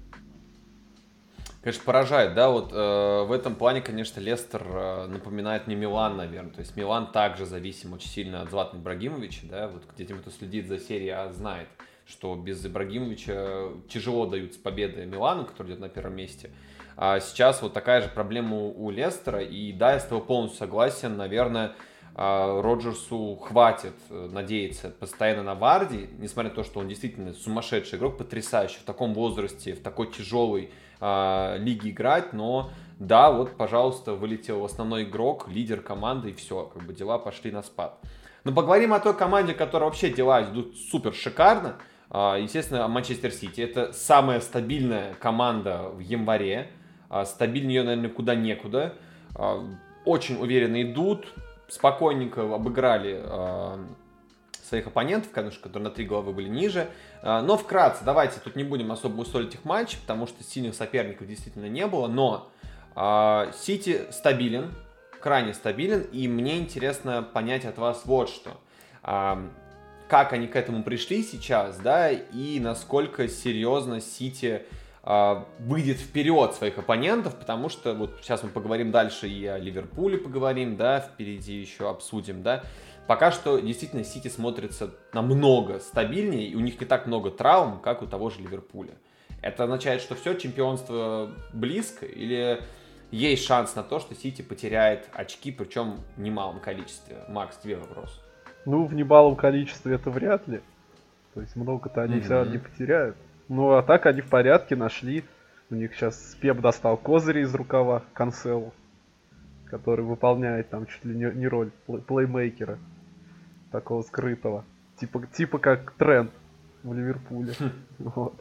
Speaker 2: Конечно, поражает, да, вот э, в этом плане, конечно, Лестер э, напоминает мне Милан, наверное. То есть Милан также зависим очень сильно от Златана Ибрагимовича, да, вот где-то кто следит за серией, а знает, что без Ибрагимовича тяжело даются победы Милану, который идет на первом месте. А сейчас вот такая же проблема у Лестера, и да, я с тобой полностью согласен, наверное, Роджерсу хватит надеяться постоянно на Варди, несмотря на то, что он действительно сумасшедший игрок, потрясающий в таком возрасте, в такой тяжелой э, лиге играть, но да, вот, пожалуйста, вылетел основной игрок, лидер команды, и все, как бы дела пошли на спад. Но поговорим о той команде, которая вообще дела идут супер шикарно, э, естественно, Манчестер Сити. Это самая стабильная команда в январе, э, стабильнее ее, наверное, куда некуда, э, очень уверенно идут, спокойненько обыграли э, своих оппонентов, конечно, которые на три головы были ниже. Э, но вкратце, давайте тут не будем особо усолить их матч, потому что сильных соперников действительно не было. Но Сити стабилен, крайне стабилен, и мне интересно понять от вас вот что. Как они к этому пришли сейчас, да, и насколько серьезно Сити выйдет вперед своих оппонентов, потому что вот сейчас мы поговорим дальше и о Ливерпуле поговорим, да, впереди еще обсудим, да. Пока что действительно Сити смотрится намного стабильнее, и у них не так много травм, как у того же Ливерпуля. Это означает, что все, чемпионство близко, или есть шанс на то, что Сити потеряет очки, причем в немалом количестве? Макс, тебе вопрос.
Speaker 4: Ну, в немалом количестве это вряд ли. То есть много-то они mm-hmm. все равно не потеряют. Ну, а так они в порядке, нашли. У них сейчас Пеп достал козыри из рукава, Канселу, который выполняет там чуть ли не, не роль плеймейкера, такого скрытого. Типа, типа как Трент в Ливерпуле. Вот.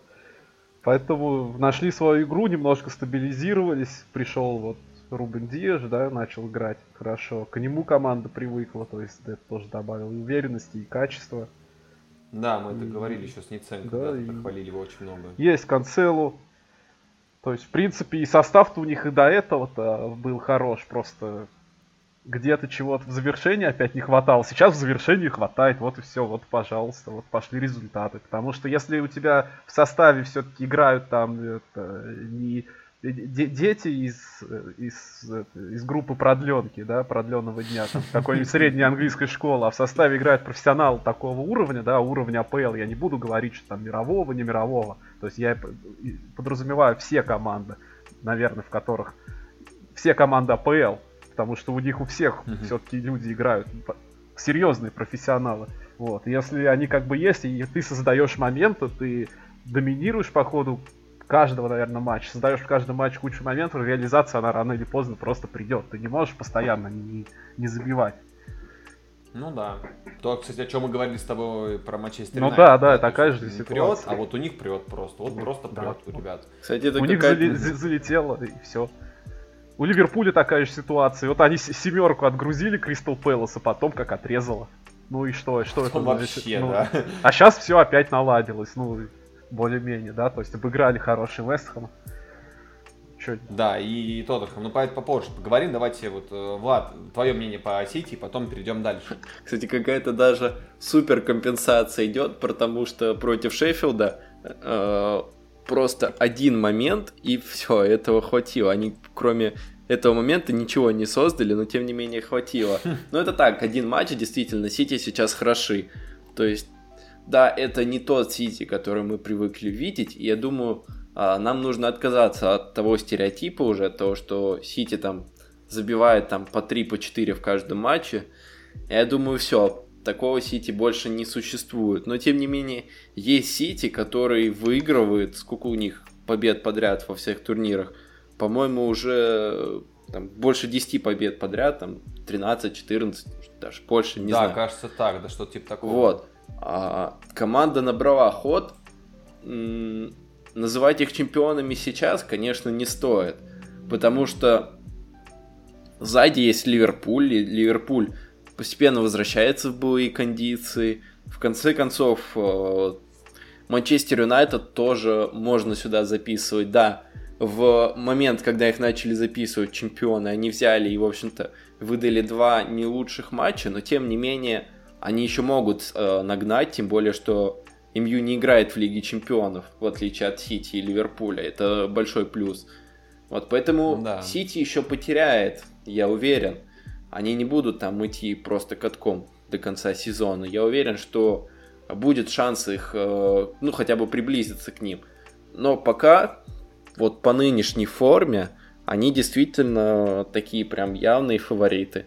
Speaker 4: Поэтому нашли свою игру, немножко стабилизировались. Пришел вот Рубен Диаш, да, начал играть хорошо. К нему команда привыкла, то есть это тоже добавил и уверенности, и качества.
Speaker 2: Да, мы это и... говорили еще с Ниценко, да, да,
Speaker 4: и...
Speaker 2: хвалили его очень много.
Speaker 4: Есть Канцелу. То есть, в принципе, и состав-то у них и до этого-то был хорош, просто где-то чего-то в завершении опять не хватало. Сейчас в завершении хватает, вот и все, вот, пожалуйста, вот пошли результаты. Потому что если у тебя в составе все-таки играют там это, не дети из, из, из группы продленки, да, продленного дня, там, какой-нибудь средней английской школы, а в составе играют профессионалы такого уровня, да, уровня АПЛ, я не буду говорить, что там мирового, не мирового. То есть я подразумеваю все команды, наверное, в которых все команды АПЛ, потому что у них у всех mm-hmm. все-таки люди играют, серьезные профессионалы. Вот. И если они как бы есть, и ты создаешь моменты, ты доминируешь по ходу каждого, наверное, матча, создаешь в каждом матче кучу моментов, реализация, она рано или поздно просто придет. Ты не можешь постоянно не, не забивать.
Speaker 2: Ну да. То, кстати, о чем мы говорили с тобой про Манчестер
Speaker 4: Юнайтед. Ну да, да, такая же ситуация.
Speaker 2: Прет, а вот у них прет просто. Вот просто
Speaker 4: да.
Speaker 2: прет у ребят.
Speaker 3: Кстати, это
Speaker 4: у них зали- залетело, и все. У Ливерпуля такая же ситуация. Вот они семерку отгрузили Кристал Пэласа, потом как отрезало. Ну и что? Что это
Speaker 2: вообще,
Speaker 4: ну,
Speaker 2: да.
Speaker 4: А сейчас все опять наладилось. Ну, более-менее, да, то есть обыграли хороший Вест Хэм. Чё?
Speaker 2: Да, и, и Тоттенхэм. Ну, поэтому попозже поговорим. Давайте, вот, Влад, твое мнение по Сити, потом перейдем дальше.
Speaker 3: Кстати, какая-то даже супер компенсация идет, потому что против Шеффилда э, просто один момент, и все, этого хватило. Они, кроме этого момента, ничего не создали, но тем не менее хватило. Но это так, один матч, действительно, Сити сейчас хороши. То есть, да, это не тот Сити, который мы привыкли видеть, и я думаю, нам нужно отказаться от того стереотипа уже, от того, что Сити там забивает там по три, по четыре в каждом матче. Я думаю, все, такого Сити больше не существует. Но тем не менее, есть Сити, который выигрывает, сколько у них побед подряд во всех турнирах. По-моему, уже там, больше десять побед подряд, там тринадцать-четырнадцать, даже больше, не
Speaker 2: да,
Speaker 3: знаю.
Speaker 2: Да, кажется так, да что-то типа такого.
Speaker 3: Вот. А, команда набрала ход. М- называть их чемпионами сейчас, конечно, не стоит. Потому что сзади есть Ливерпуль, и Ливерпуль постепенно возвращается в былые кондиции. В конце концов, Манчестер Юнайтед тоже можно сюда записывать. Да, в момент, когда их начали записывать чемпионы, они взяли и, в общем-то, выдали два не лучших матча, но, тем не менее, они еще могут э, нагнать, тем более, что эм ю не играет в Лиге Чемпионов, в отличие от Сити и Ливерпуля. Это большой плюс. Вот поэтому да. Сити еще потеряет, я уверен. Они не будут там идти просто катком до конца сезона. Я уверен, что будет шанс их, э, ну, хотя бы приблизиться к ним. Но пока, вот по нынешней форме, они действительно такие прям явные фавориты.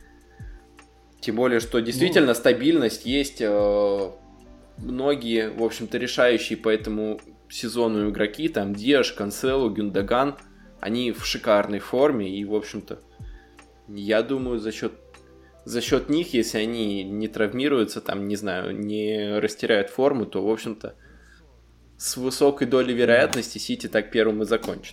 Speaker 3: Тем более, что действительно ну... стабильность есть. Э, многие, в общем-то, решающие по этому сезону игроки, там Диаш, Канселу, Гюндоган, они в шикарной форме. И, в общем-то, я думаю, за счет, за счет них, если они не травмируются, там, не знаю, не растеряют форму, то, в общем-то, с высокой долей вероятности Сити так первым и закончит.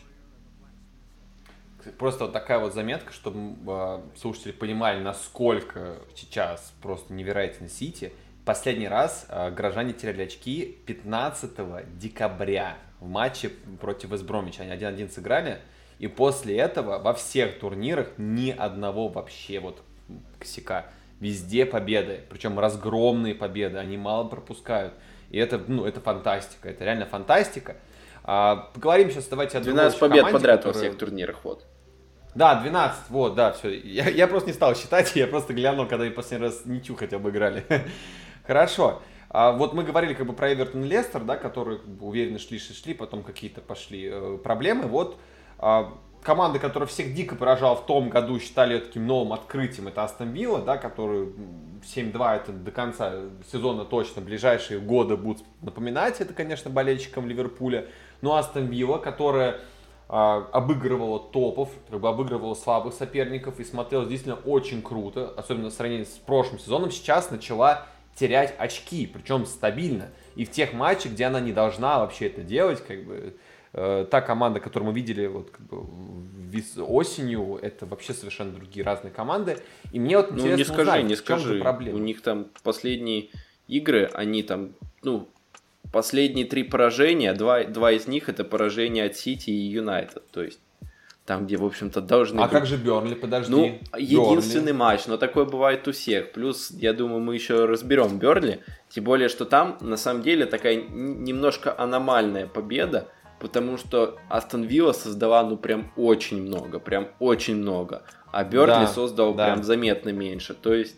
Speaker 2: Просто вот такая вот заметка, чтобы э, слушатели понимали, насколько сейчас просто невероятен Сити. Последний раз э, горожане теряли очки пятнадцатого декабря в матче против Вест Бромвича. Они один-один сыграли. И после этого во всех турнирах ни одного вообще вот косяка. Везде победы, причем разгромные победы, они мало пропускают. И это, ну, это фантастика, это реально фантастика. А, поговорим сейчас, давайте о
Speaker 3: двенадцать побед
Speaker 2: команде,
Speaker 3: подряд
Speaker 2: которая...
Speaker 3: во всех турнирах, вот.
Speaker 2: Да, двенадцать, вот, да, все. Я, я просто не стал считать, я просто глянул, когда и последний раз ничью хотя бы играли. Хорошо. А вот мы говорили как бы про Эвертон и Лестер, да, которые как бы, уверенно шли, шли, шли, потом какие-то пошли э, проблемы. Вот а, команда, которая всех дико поражала в том году, считали ее таким новым открытием, это Астон Вилла, да, который семь-два, это до конца сезона точно, ближайшие годы будут напоминать это, конечно, болельщикам Ливерпуля. Но Астон Вилла, которая а, обыгрывала топов, как бы обыгрывала слабых соперников и смотрелась действительно очень круто, особенно в сравнении с прошлым сезоном, сейчас начала терять очки, причем стабильно. И в тех матчах, где она не должна вообще это делать, как бы э, та команда, которую мы видели вот, как бы, осенью, это вообще совершенно другие разные команды. И мне вот интересно
Speaker 3: ну, не скажи,
Speaker 2: узнать,
Speaker 3: не
Speaker 2: в чем
Speaker 3: скажи.
Speaker 2: же проблема.
Speaker 3: У них там последние игры, они там, ну, последние три поражения, два, два из них это поражение от Сити и Юнайтед. То есть там, где, в общем-то, должны
Speaker 2: А
Speaker 3: быть...
Speaker 2: как же Бернли, подожди?
Speaker 3: Ну, единственный
Speaker 2: Бернли.
Speaker 3: матч, но такое бывает у всех. Плюс, я думаю, мы еще разберем Бернли. Тем более, что там, на самом деле, такая немножко аномальная победа, потому что Астон Вилла создала, ну, прям очень много, прям очень много. А Бернли
Speaker 2: да,
Speaker 3: создал
Speaker 2: да.
Speaker 3: прям заметно меньше. То есть,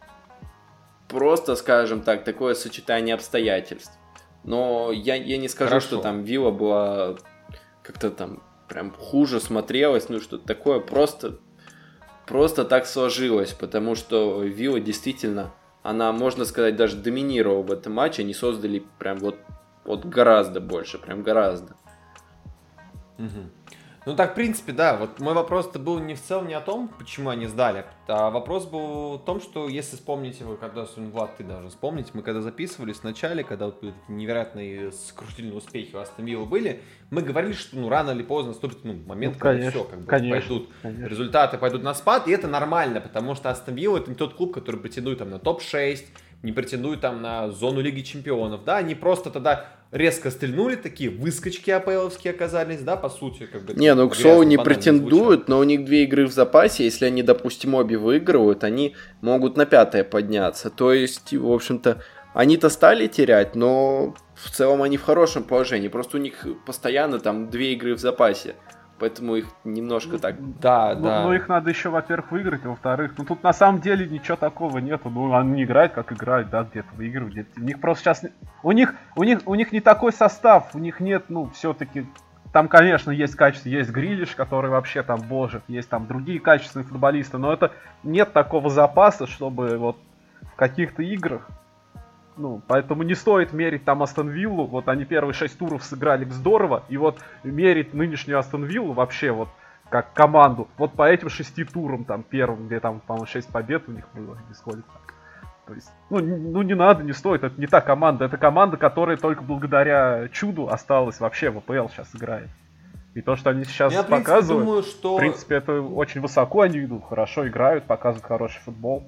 Speaker 3: просто, скажем так, такое сочетание обстоятельств. Но я, я не скажу,
Speaker 2: Хорошо.
Speaker 3: что там Вилла была как-то там прям хуже смотрелась, ну что-то такое, просто, просто так сложилось, потому что Вилла действительно, она, можно сказать, даже доминировала в этом матче, они создали прям вот, вот гораздо больше, прям гораздо.
Speaker 2: Угу. Ну так, в принципе, да, вот мой вопрос-то был не в целом не о том, почему они сдали, а вопрос был в том, что если вспомните, вы когда, Влад, ты должен вспомнить, мы когда записывались в начале, когда вот невероятные сокрушительные успехи у Астон Виллы были, мы говорили, что ну рано или поздно наступит ну, момент, ну,
Speaker 4: конечно,
Speaker 2: когда все, как бы
Speaker 4: конечно,
Speaker 2: пойдут,
Speaker 4: конечно.
Speaker 2: результаты пойдут на спад, и это нормально, потому что Астон Вилла это не тот клуб, который претендует там на топ шесть, не претендуют там на зону Лиги Чемпионов, да, они просто тогда резко стрельнули, такие выскочки АПЛовские оказались, да, по сути, как бы...
Speaker 3: Не, ну, к слову, не претендуют, звучало. Но у них две игры в запасе, если они, допустим, обе выигрывают, они могут на пятое подняться, то есть, в общем-то, они-то стали терять, но в целом они в хорошем положении, просто у них постоянно там две игры в запасе. Поэтому их немножко
Speaker 4: ну,
Speaker 3: так...
Speaker 2: Да,
Speaker 4: ну,
Speaker 2: да.
Speaker 4: Но их надо еще, во-первых, выиграть, а во-вторых... Ну, тут на самом деле ничего такого нету. Ну, они не играют, как играют, да, где-то выигрывают. Где-то. У них просто сейчас... У них, у, них, у них не такой состав, у них нет, ну, все-таки... Там, конечно, есть качество, есть Грилиш, который вообще там божит, есть там другие качественные футболисты, но это нет такого запаса, чтобы вот в каких-то играх... Ну, поэтому не стоит мерить там Астон Виллу. Вот они первые шесть туров сыграли здорово. И вот мерить нынешнюю Астон Виллу вообще вот как команду. Вот по этим шести турам там первым, где там, по-моему, шесть побед у них было. Или сколько. То есть, ну, ну не надо, не стоит. Это не та команда. Это команда, которая только благодаря чуду осталась вообще в АПЛ сейчас играет. И то, что они сейчас
Speaker 2: Я,
Speaker 4: показывают,
Speaker 2: думаю, что...
Speaker 4: в принципе, это очень высоко они идут. Хорошо играют, показывают хороший футбол.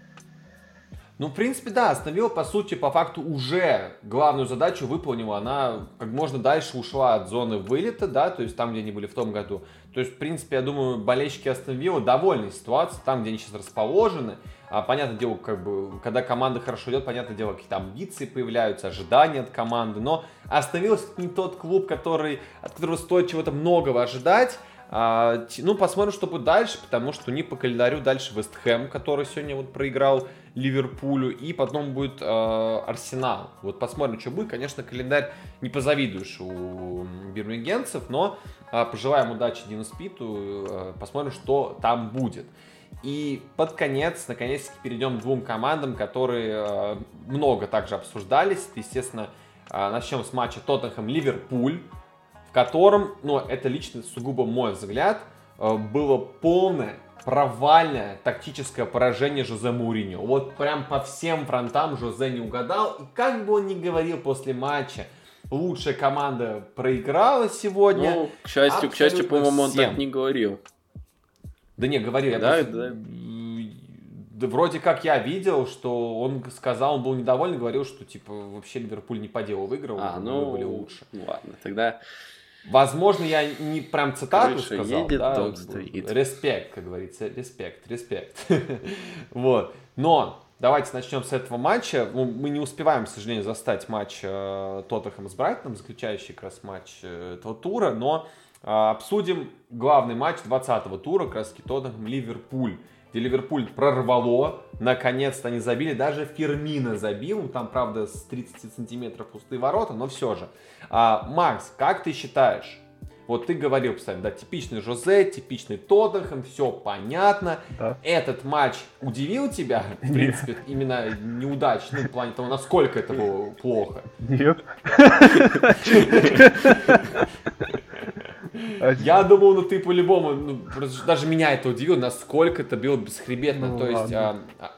Speaker 2: Ну, в принципе, да, Астон Вилла, по сути, по факту уже главную задачу выполнила. Она как можно дальше ушла от зоны вылета, да, то есть там, где они были в том году. То есть, в принципе, я думаю, болельщики Астон Вилла довольны ситуацией, там, где они сейчас расположены. А, понятное дело, как бы, когда команда хорошо идет, понятное дело, какие-то амбиции появляются, ожидания от команды. Но Астон Вилла не тот клуб, который, от которого стоит чего-то многого ожидать. А, ну, посмотрим, что будет дальше, потому что у них по календарю дальше Вест Хэм, который сегодня вот проиграл Ливерпулю, и потом будет э, Арсенал. Вот посмотрим, что будет. Конечно, календарь не позавидуешь у бирмингемцев, но э, пожелаем удачи Дину Спиту, э, посмотрим, что там будет. И под конец, наконец-таки, перейдем к двум командам, которые э, много также обсуждались. Это, естественно, э, начнем с матча Тоттенхэм-Ливерпуль, в котором, ну, это лично сугубо мой взгляд, э, было полное провальное тактическое поражение Жозе Моуриньо. Вот прям по всем фронтам Жозе не угадал. И как бы он ни говорил после матча, лучшая команда проиграла сегодня.
Speaker 3: Ну, к счастью, к счастью, по-моему, он так не говорил.
Speaker 2: Да не, говорил. Я
Speaker 3: да,
Speaker 2: просто...
Speaker 3: да.
Speaker 2: Да, вроде как я видел, что он сказал, он был недоволен, говорил, что типа вообще Ливерпуль не по делу выиграл,
Speaker 3: а,
Speaker 2: мы
Speaker 3: ну,
Speaker 2: были лучше.
Speaker 3: Ладно, тогда...
Speaker 2: Возможно, я не прям цитату
Speaker 3: Крыша
Speaker 2: сказал,
Speaker 3: едет,
Speaker 2: да,
Speaker 3: дом стоит.
Speaker 2: респект, как говорится, респект, респект. Вот, но давайте начнем с этого матча. Мы не успеваем, к сожалению, застать матч э, Тоттенхэма с Брайтоном, заключающий как раз матч э, этого тура, но э, обсудим главный матч двадцатого тура, как раз таки Тоттенхэм-Ливерпуль, где Ливерпуль прорвало, наконец-то они забили, даже Фермино забил, там, правда, с тридцати сантиметров пустые ворота, но все же. А, Макс, как ты считаешь, вот ты говорил, постоянно, да, типичный Жозе, типичный Тоттенхэм, все понятно,
Speaker 4: Да.
Speaker 2: Этот матч удивил тебя, в принципе, именно неудачный, в плане того, насколько это было плохо?
Speaker 4: Нет.
Speaker 2: Я думал, ну ты по-любому, ну, даже меня это удивило, насколько это было бесхребетно.
Speaker 4: Ну,
Speaker 2: То есть, а, а,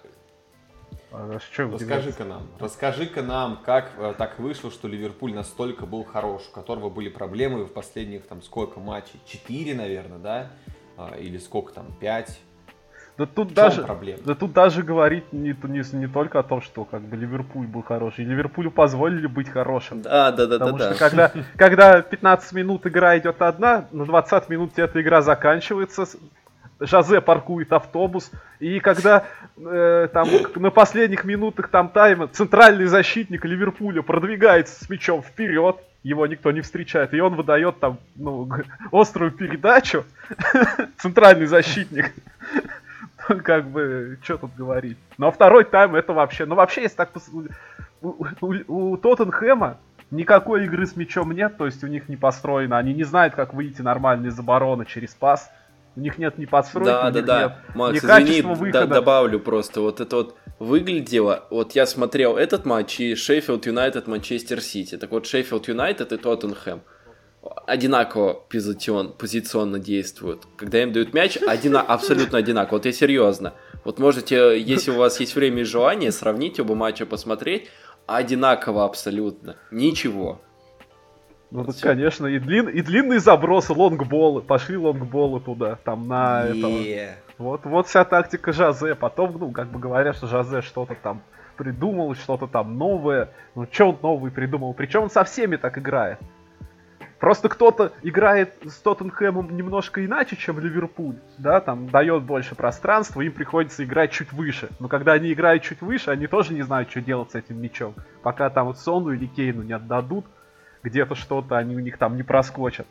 Speaker 4: А что
Speaker 2: расскажи-ка нам, расскажи-ка нам, как а, так вышло, что Ливерпуль настолько был хорош, у которого были проблемы в последних, там, сколько матчей? Четыре, наверное, да? А, или сколько там, пять?
Speaker 4: Да тут
Speaker 2: В чем
Speaker 4: даже,
Speaker 2: проблема?
Speaker 4: да тут даже говорить не, не, не только о том, что как бы Ливерпуль был хороший. Ливерпулю позволили быть хорошим.
Speaker 3: Да, да, да, да,
Speaker 4: Потому
Speaker 3: да.
Speaker 4: что когда, когда пятнадцать минут игра идет одна, на двадцать минут эта игра заканчивается, Жозе паркует автобус, и когда э, там на последних минутах там тайма центральный защитник Ливерпуля продвигается с мячом вперед, его никто не встречает, и он выдает там ну, острую передачу, центральный защитник. Как бы, что тут говорить. Ну, а второй тайм это вообще... Ну, вообще, если так... Пос... У, у, у Тоттенхэма никакой игры с мячом нет, то есть у них не построено. Они не знают, как выйти нормально из обороны через пас. У них нет ни подстройки,
Speaker 3: Да,
Speaker 4: у
Speaker 3: да,
Speaker 4: них
Speaker 3: да.
Speaker 4: нет
Speaker 3: Макс,
Speaker 4: ни
Speaker 3: извини,
Speaker 4: качества
Speaker 3: д-
Speaker 4: выхода.
Speaker 3: добавлю просто. Вот это вот выглядело... Вот я смотрел этот матч и Шеффилд Юнайтед, Манчестер Сити. Так вот, Шеффилд Юнайтед и Тоттенхэм одинаково позицион, позиционно действуют. Когда им дают мяч, одина, абсолютно одинаково. Вот я серьезно. Вот можете, если у вас есть время и желание, сравнить оба матча, посмотреть. Одинаково абсолютно. Ничего.
Speaker 4: Ну,
Speaker 3: Вот
Speaker 4: тут,
Speaker 3: всё.
Speaker 4: конечно, и, длин, и длинные забросы, лонгболы. Пошли лонгболы туда, там, на этого.
Speaker 2: Е.
Speaker 4: Вот, вот вся тактика Жозе. Потом, ну, как бы говорят, что Жозе что-то там придумал, что-то там новое. Ну, что он новый придумал? Причем он со всеми так играет. Просто кто-то играет с Тоттенхэмом немножко иначе, чем Ливерпуль, да, там дает больше пространства, им приходится играть чуть выше. Но когда они играют чуть выше, они тоже не знают, что делать с этим мячом. Пока там вот Сону или Кейну не отдадут, где-то что-то они у них там не проскочат.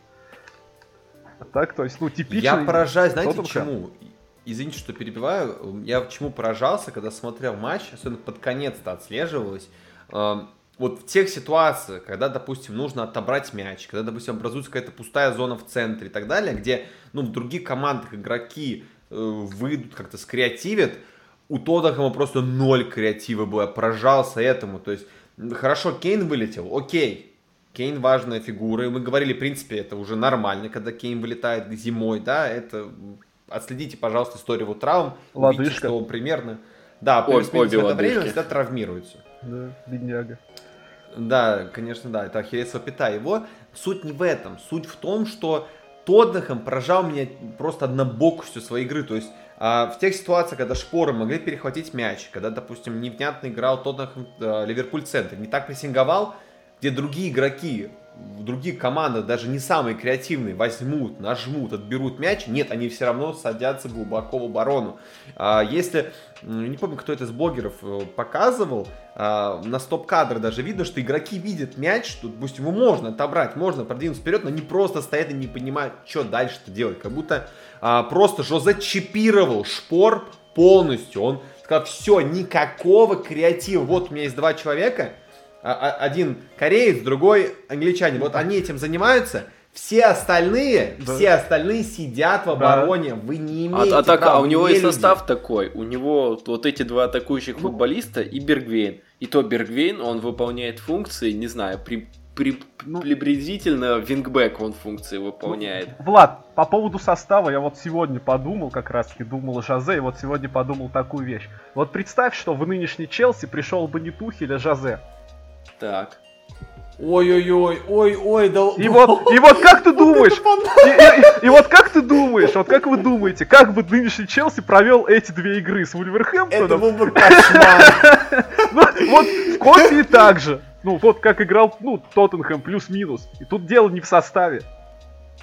Speaker 4: А так, то есть, ну, типичный...
Speaker 2: Я поражаюсь, знаете,
Speaker 4: Тоттенхэм.
Speaker 2: чему? Извините, что перебиваю. Я чему поражался, когда смотрел матч, особенно под конец-то отслеживалось. Эм, Вот в тех ситуациях, когда, допустим, нужно отобрать мяч, когда, допустим, образуется какая-то пустая зона в центре и так далее, где, ну, в других командах игроки э, выйдут, как-то скреативят, у Тоттенхэма просто ноль креатива было, я поражался этому. То есть, хорошо, Кейн вылетел, окей, Кейн важная фигура, и мы говорили, в принципе, это уже нормально, когда Кейн вылетает зимой, да, это... Отследите, пожалуйста, историю его травм, увидите,
Speaker 4: Лодыжка.
Speaker 2: что он примерно... Да,
Speaker 3: Ой,
Speaker 2: плюс-минус в
Speaker 3: обе
Speaker 2: это время он
Speaker 3: лодыжки.
Speaker 2: всегда травмируется.
Speaker 4: Да, бедняга.
Speaker 2: Да, конечно, да, это ахиллесова пята его. Суть не в этом. Суть в том, что Тоттенхэм поражал меня просто однобокостью своей игры. То есть а, в тех ситуациях, когда шпоры могли перехватить мяч, когда, допустим, невнятно играл Тоттенхэм, а, Ливерпуль в центре, не так прессинговал, где другие игроки в других командах, даже не самые креативные, возьмут, нажмут, отберут мяч, нет, они все равно садятся глубоко в оборону. А, если, не помню, кто это из блогеров э, показывал, а, на стоп-кадрах даже видно, что игроки видят мяч, что, допустим, его можно отобрать, можно продвинуться вперед, но они просто стоят и не понимают, что дальше-то делать. Как будто а, просто Жозе чипировал шпор полностью. Он сказал, все, никакого креатива. Вот у меня есть два человека, один кореец, другой англичанин. Вот они этим занимаются. Все остальные,
Speaker 4: Да.
Speaker 2: все остальные сидят в
Speaker 4: Да.
Speaker 2: обороне. Вы не
Speaker 3: А,
Speaker 2: имеете
Speaker 3: а, так,
Speaker 2: права,
Speaker 3: а у
Speaker 2: вы
Speaker 3: него
Speaker 2: не
Speaker 3: и
Speaker 2: люди.
Speaker 3: состав такой. У него вот эти два атакующих
Speaker 4: Ну.
Speaker 3: футболиста и Бергвейн. И то Бергвейн, он выполняет функции, не знаю, при, при,
Speaker 4: Ну.
Speaker 3: приблизительно вингбэк он функции выполняет.
Speaker 4: Влад, по поводу состава я вот сегодня подумал, как раз таки думал о Жозе, и вот сегодня подумал такую вещь. Вот представь, что в нынешний Челси пришел бы не Тухель, а Жозе.
Speaker 3: Так.
Speaker 2: Ой-ой-ой, ой-ой, да...
Speaker 4: И вот, и вот как ты думаешь, и, и- и- и вот как ты думаешь, вот как вы думаете, как бы нынешний Челси провел эти две игры с
Speaker 2: Это
Speaker 4: Вулверхэмптоном?
Speaker 2: был бы кошмар.
Speaker 4: Ну, вот в Кофе так же. Ну, вот как играл, ну, Тоттенхэм плюс-минус. И тут дело не в составе.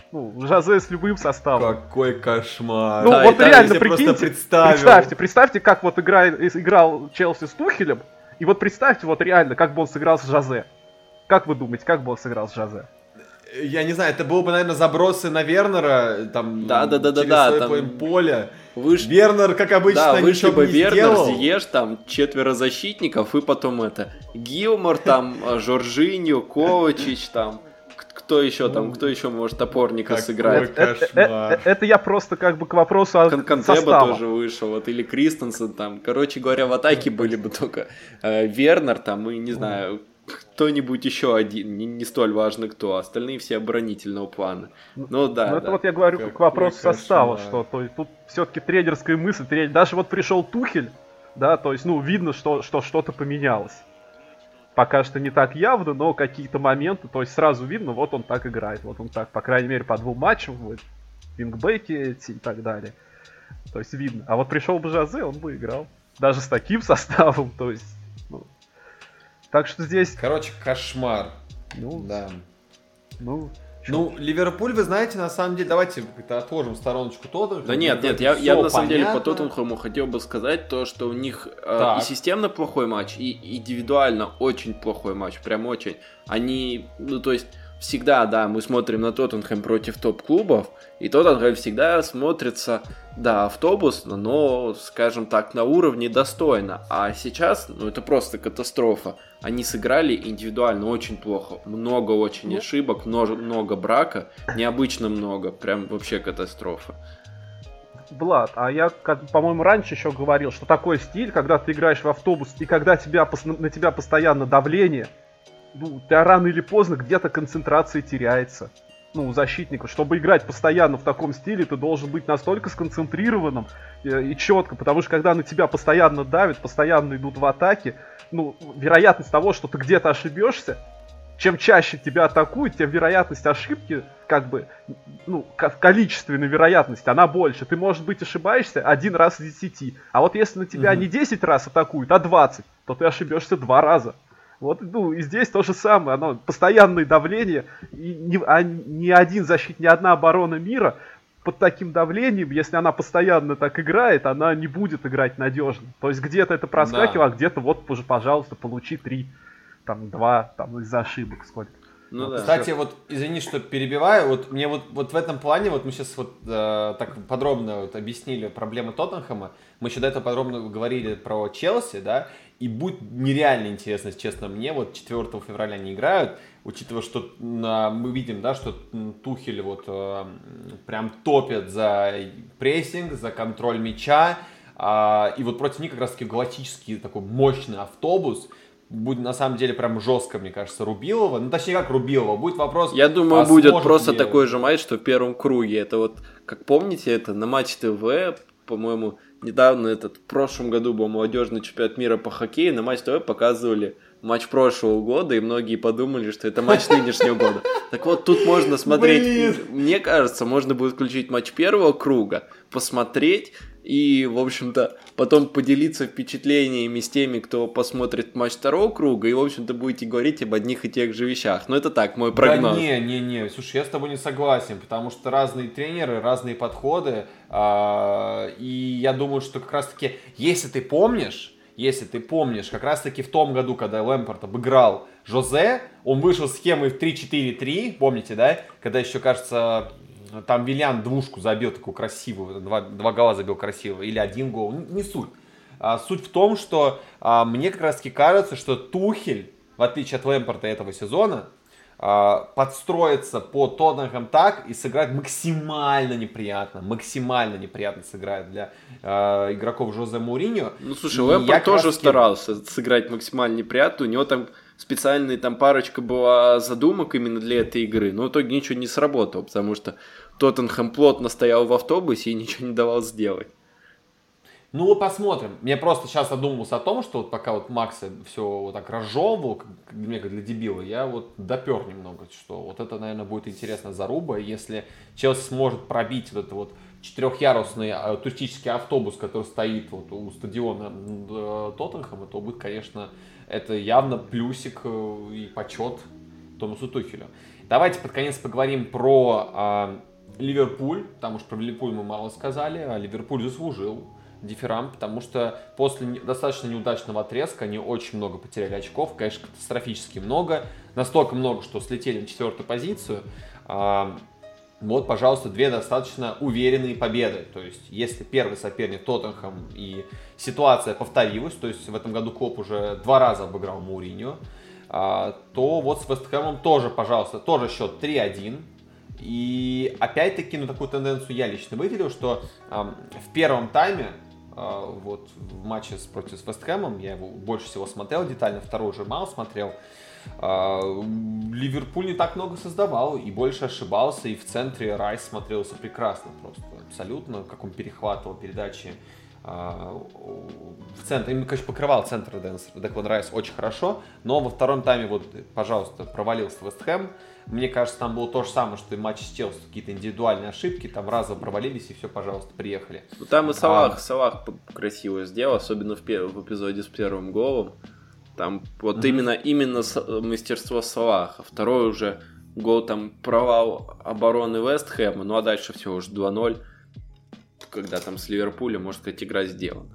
Speaker 4: Ну, Жозе с любым составом.
Speaker 2: Какой кошмар.
Speaker 4: Ну,
Speaker 3: Да,
Speaker 4: вот
Speaker 3: и там
Speaker 4: реально,
Speaker 2: я
Speaker 4: прикиньте,
Speaker 2: просто представил.
Speaker 4: представьте, представьте, как вот играет, играл Челси с Тухелем, и вот представьте вот реально, как бы он сыграл с Жозе. Как вы думаете, как бы он сыграл с Жозе?
Speaker 2: Я не знаю, это было бы, наверное, забросы на Вернера, там,
Speaker 3: Да, да, да, да,
Speaker 2: через
Speaker 3: да,
Speaker 2: свое
Speaker 3: там
Speaker 2: поле.
Speaker 3: Выш...
Speaker 2: Вернер, как обычно,
Speaker 3: Да, вышли
Speaker 2: ничего
Speaker 3: бы
Speaker 2: не
Speaker 3: Вернер,
Speaker 2: сделал.
Speaker 3: Зиеш, там четверо защитников, и потом это Гилмор, там Жоржиньо, Ковачич, там к- кто еще там, кто еще может опорника
Speaker 2: Какой
Speaker 3: сыграть?
Speaker 4: Это, э,
Speaker 2: кошмар.
Speaker 4: э, это я просто как бы к вопросу о
Speaker 3: Кон- Контеба
Speaker 4: составе.
Speaker 3: тоже вышел, вот, или Кристенсен там. Короче говоря, в атаке были бы только э, Вернер там и, не знаю, кто-нибудь еще один, не, не столь важно кто, остальные все оборонительного плана. Ну да,
Speaker 4: Ну, это
Speaker 3: да.
Speaker 4: вот я говорю
Speaker 2: Какой
Speaker 4: к вопросу
Speaker 2: кошмар.
Speaker 4: состава, что то есть, тут все-таки тренерская мысль, тренер... даже вот пришел Тухель, да, то есть, ну, видно, что, что что-то поменялось. Пока что не так явно, но какие-то моменты, то есть сразу видно, вот он так играет, вот он так, по крайней мере, по двум матчам, вот, вингбеки эти и так далее. То есть видно. А вот пришел бы Жозе, он бы играл. Даже с таким составом, то есть, ну... Так что здесь,
Speaker 2: Короче, кошмар.
Speaker 4: ну,
Speaker 2: Да.
Speaker 4: ну...
Speaker 2: Ну, Ливерпуль, вы знаете, на самом деле, давайте как-то отложим в стороночку Тоттенхэм.
Speaker 3: Да нет, нет, я, я на самом деле по Тоттенхэму хотел бы сказать то, что у них э,
Speaker 2: Так.
Speaker 3: и системно плохой матч, и индивидуально очень плохой матч, прям очень. Они, ну то есть, всегда, да, мы смотрим на Тоттенхэм против топ-клубов, и Тоттенхэм всегда смотрится, да, автобусно, но, скажем так, на уровне достойно. А сейчас, ну это просто катастрофа. Они сыграли индивидуально очень плохо. Много очень
Speaker 4: Ну.
Speaker 3: ошибок, много, много брака, необычно много, прям вообще катастрофа.
Speaker 4: Влад, а я, как, по-моему, раньше еще говорил, что такой стиль, когда ты играешь в автобус, и когда тебя, пос- на тебя постоянно давление, ну, у тебя рано или поздно где-то концентрация теряется. Ну, у защитника. Чтобы играть постоянно в таком стиле, ты должен быть настолько сконцентрированным э, и четко, потому что когда на тебя постоянно давят, постоянно идут в атаке, ну, вероятность того, что ты где-то ошибешься, чем чаще тебя атакуют, тем вероятность ошибки, как бы, ну, ко- количественная вероятность, она больше. Ты, может быть, ошибаешься один раз из десяти. А вот если на тебя
Speaker 2: Мгм.
Speaker 4: не десять раз атакуют, а двадцать, то ты ошибешься два раза. Вот, ну, и здесь то же самое, оно, постоянное давление, и ни, а ни один защит, ни одна оборона мира под таким давлением, если она постоянно так играет, она не будет играть надежно. То есть где-то это проскакивало,
Speaker 2: Да.
Speaker 4: а где-то вот, пож- пожалуйста, получи три, там, два, там, из-за ошибок сколько.
Speaker 3: Ну да.
Speaker 2: Кстати, вот извини, что перебиваю, вот мне вот, вот в этом плане, вот мы сейчас вот э, так подробно вот объяснили проблемы Тоттенхэма, мы еще до этого подробно говорили про Челси, да, и будет нереально интересно, если честно, мне, вот четвёртого февраля они играют, учитывая, что на, мы видим, да, что м, Тухель вот э, прям топит за прессинг, за контроль мяча, а, и вот против них как раз таки галактический такой мощный автобус. Будет на самом деле прям жестко, мне кажется, Рубилова. Ну, точнее, как Рубилова. Будет вопрос...
Speaker 3: Я думаю,
Speaker 2: а
Speaker 3: будет
Speaker 2: сможет
Speaker 3: просто
Speaker 2: ли-
Speaker 3: такой же матч, что в первом круге. Это вот, как помните, это на Матч ТВ, по-моему, недавно, этот, в прошлом году был молодежный чемпионат мира по хоккею, на Матч ТВ показывали матч прошлого года, и многие подумали, что это матч нынешнего года. Так вот, тут можно смотреть, мне кажется, можно будет включить матч первого круга, посмотреть, и, в общем-то, потом поделиться впечатлениями с теми, кто посмотрит матч второго круга, и, в общем-то, будете говорить об одних и тех же вещах. Но это так, мой прогноз.
Speaker 2: Да не, не, не, слушай, я с тобой не согласен, потому что разные тренеры, разные подходы, а, и я думаю, что как раз-таки, если ты помнишь, если ты помнишь, как раз-таки в том году, когда Лэмпард обыграл Жозе, он вышел с схемой в три четыре три, помните, да, когда еще, кажется, там Вильян двушку забил такую красивую, два, два гола забил красиво, или один гол, не, не суть. А, суть в том, что а, мне как раз-таки кажется, что Тухель, в отличие от Лэмпарда этого сезона, а, подстроится по Тоттенхэм так и сыграть максимально неприятно, максимально неприятно сыграет для а, игроков Жозе Мourinho.
Speaker 3: Ну, слушай,
Speaker 2: И
Speaker 3: Лэмпард
Speaker 2: я как
Speaker 3: тоже
Speaker 2: раз-таки-
Speaker 3: старался сыграть максимально неприятно. У него там специальная там парочка была задумок именно для этой игры, но в итоге ничего не сработало, потому что Тоттенхэм плотно стоял в автобусе и ничего не давал сделать.
Speaker 2: Ну, вот посмотрим. Я просто сейчас задумался о том, что вот пока вот Макса все вот так разжевывал, как, мне как для дебила, я вот допер немного, что вот это, наверное, будет интересно заруба. Если Челси сможет пробить вот этот вот четырехъярусный э, туристический автобус, который стоит вот у стадиона э, Тоттенхэма, то будет, конечно, это явно плюсик э, и почет Томасу Тухелю. Давайте под конец поговорим про а, Ливерпуль, потому что про Ливерпуль мы мало сказали, а Ливерпуль заслужил дифирам, потому что после достаточно неудачного отрезка они очень много потеряли очков, конечно, катастрофически много, настолько много, что слетели на четвертую позицию. А, вот, пожалуйста, две достаточно уверенные победы. То есть, если первый соперник Тоттенхэм и ситуация повторилась, то есть в этом году Клоп уже два раза обыграл Мауриньо, а, то вот с Вест Хэмом тоже, пожалуйста, тоже счет три один. И опять-таки, ну, такую тенденцию я лично выделил, что а, в первом тайме, а, вот в матче с, против с Вест Хэмом, я его больше всего смотрел детально, второй уже мало смотрел, а, Ливерпуль не так много создавал и больше ошибался, и в центре Райс смотрелся прекрасно просто, абсолютно, как он перехватывал передачи а, в центре, им, конечно, покрывал центр Деклан Райс очень хорошо, но во втором тайме, вот, пожалуйста, провалился Вест Хэм. Мне кажется, там было то же самое, что и матч с Челси, какие-то индивидуальные ошибки, там разово провалились, и все, пожалуйста, приехали.
Speaker 3: Ну, там и Салах,
Speaker 2: а...
Speaker 3: Салах красиво сделал, особенно в, пер... в эпизоде с первым голом. Там вот mm-hmm. именно, именно мастерство Салаха. Второй уже гол, там провал обороны Вест Хэма, ну а дальше все уже два ноль, когда там с Ливерпулем, можно сказать, игра сделана.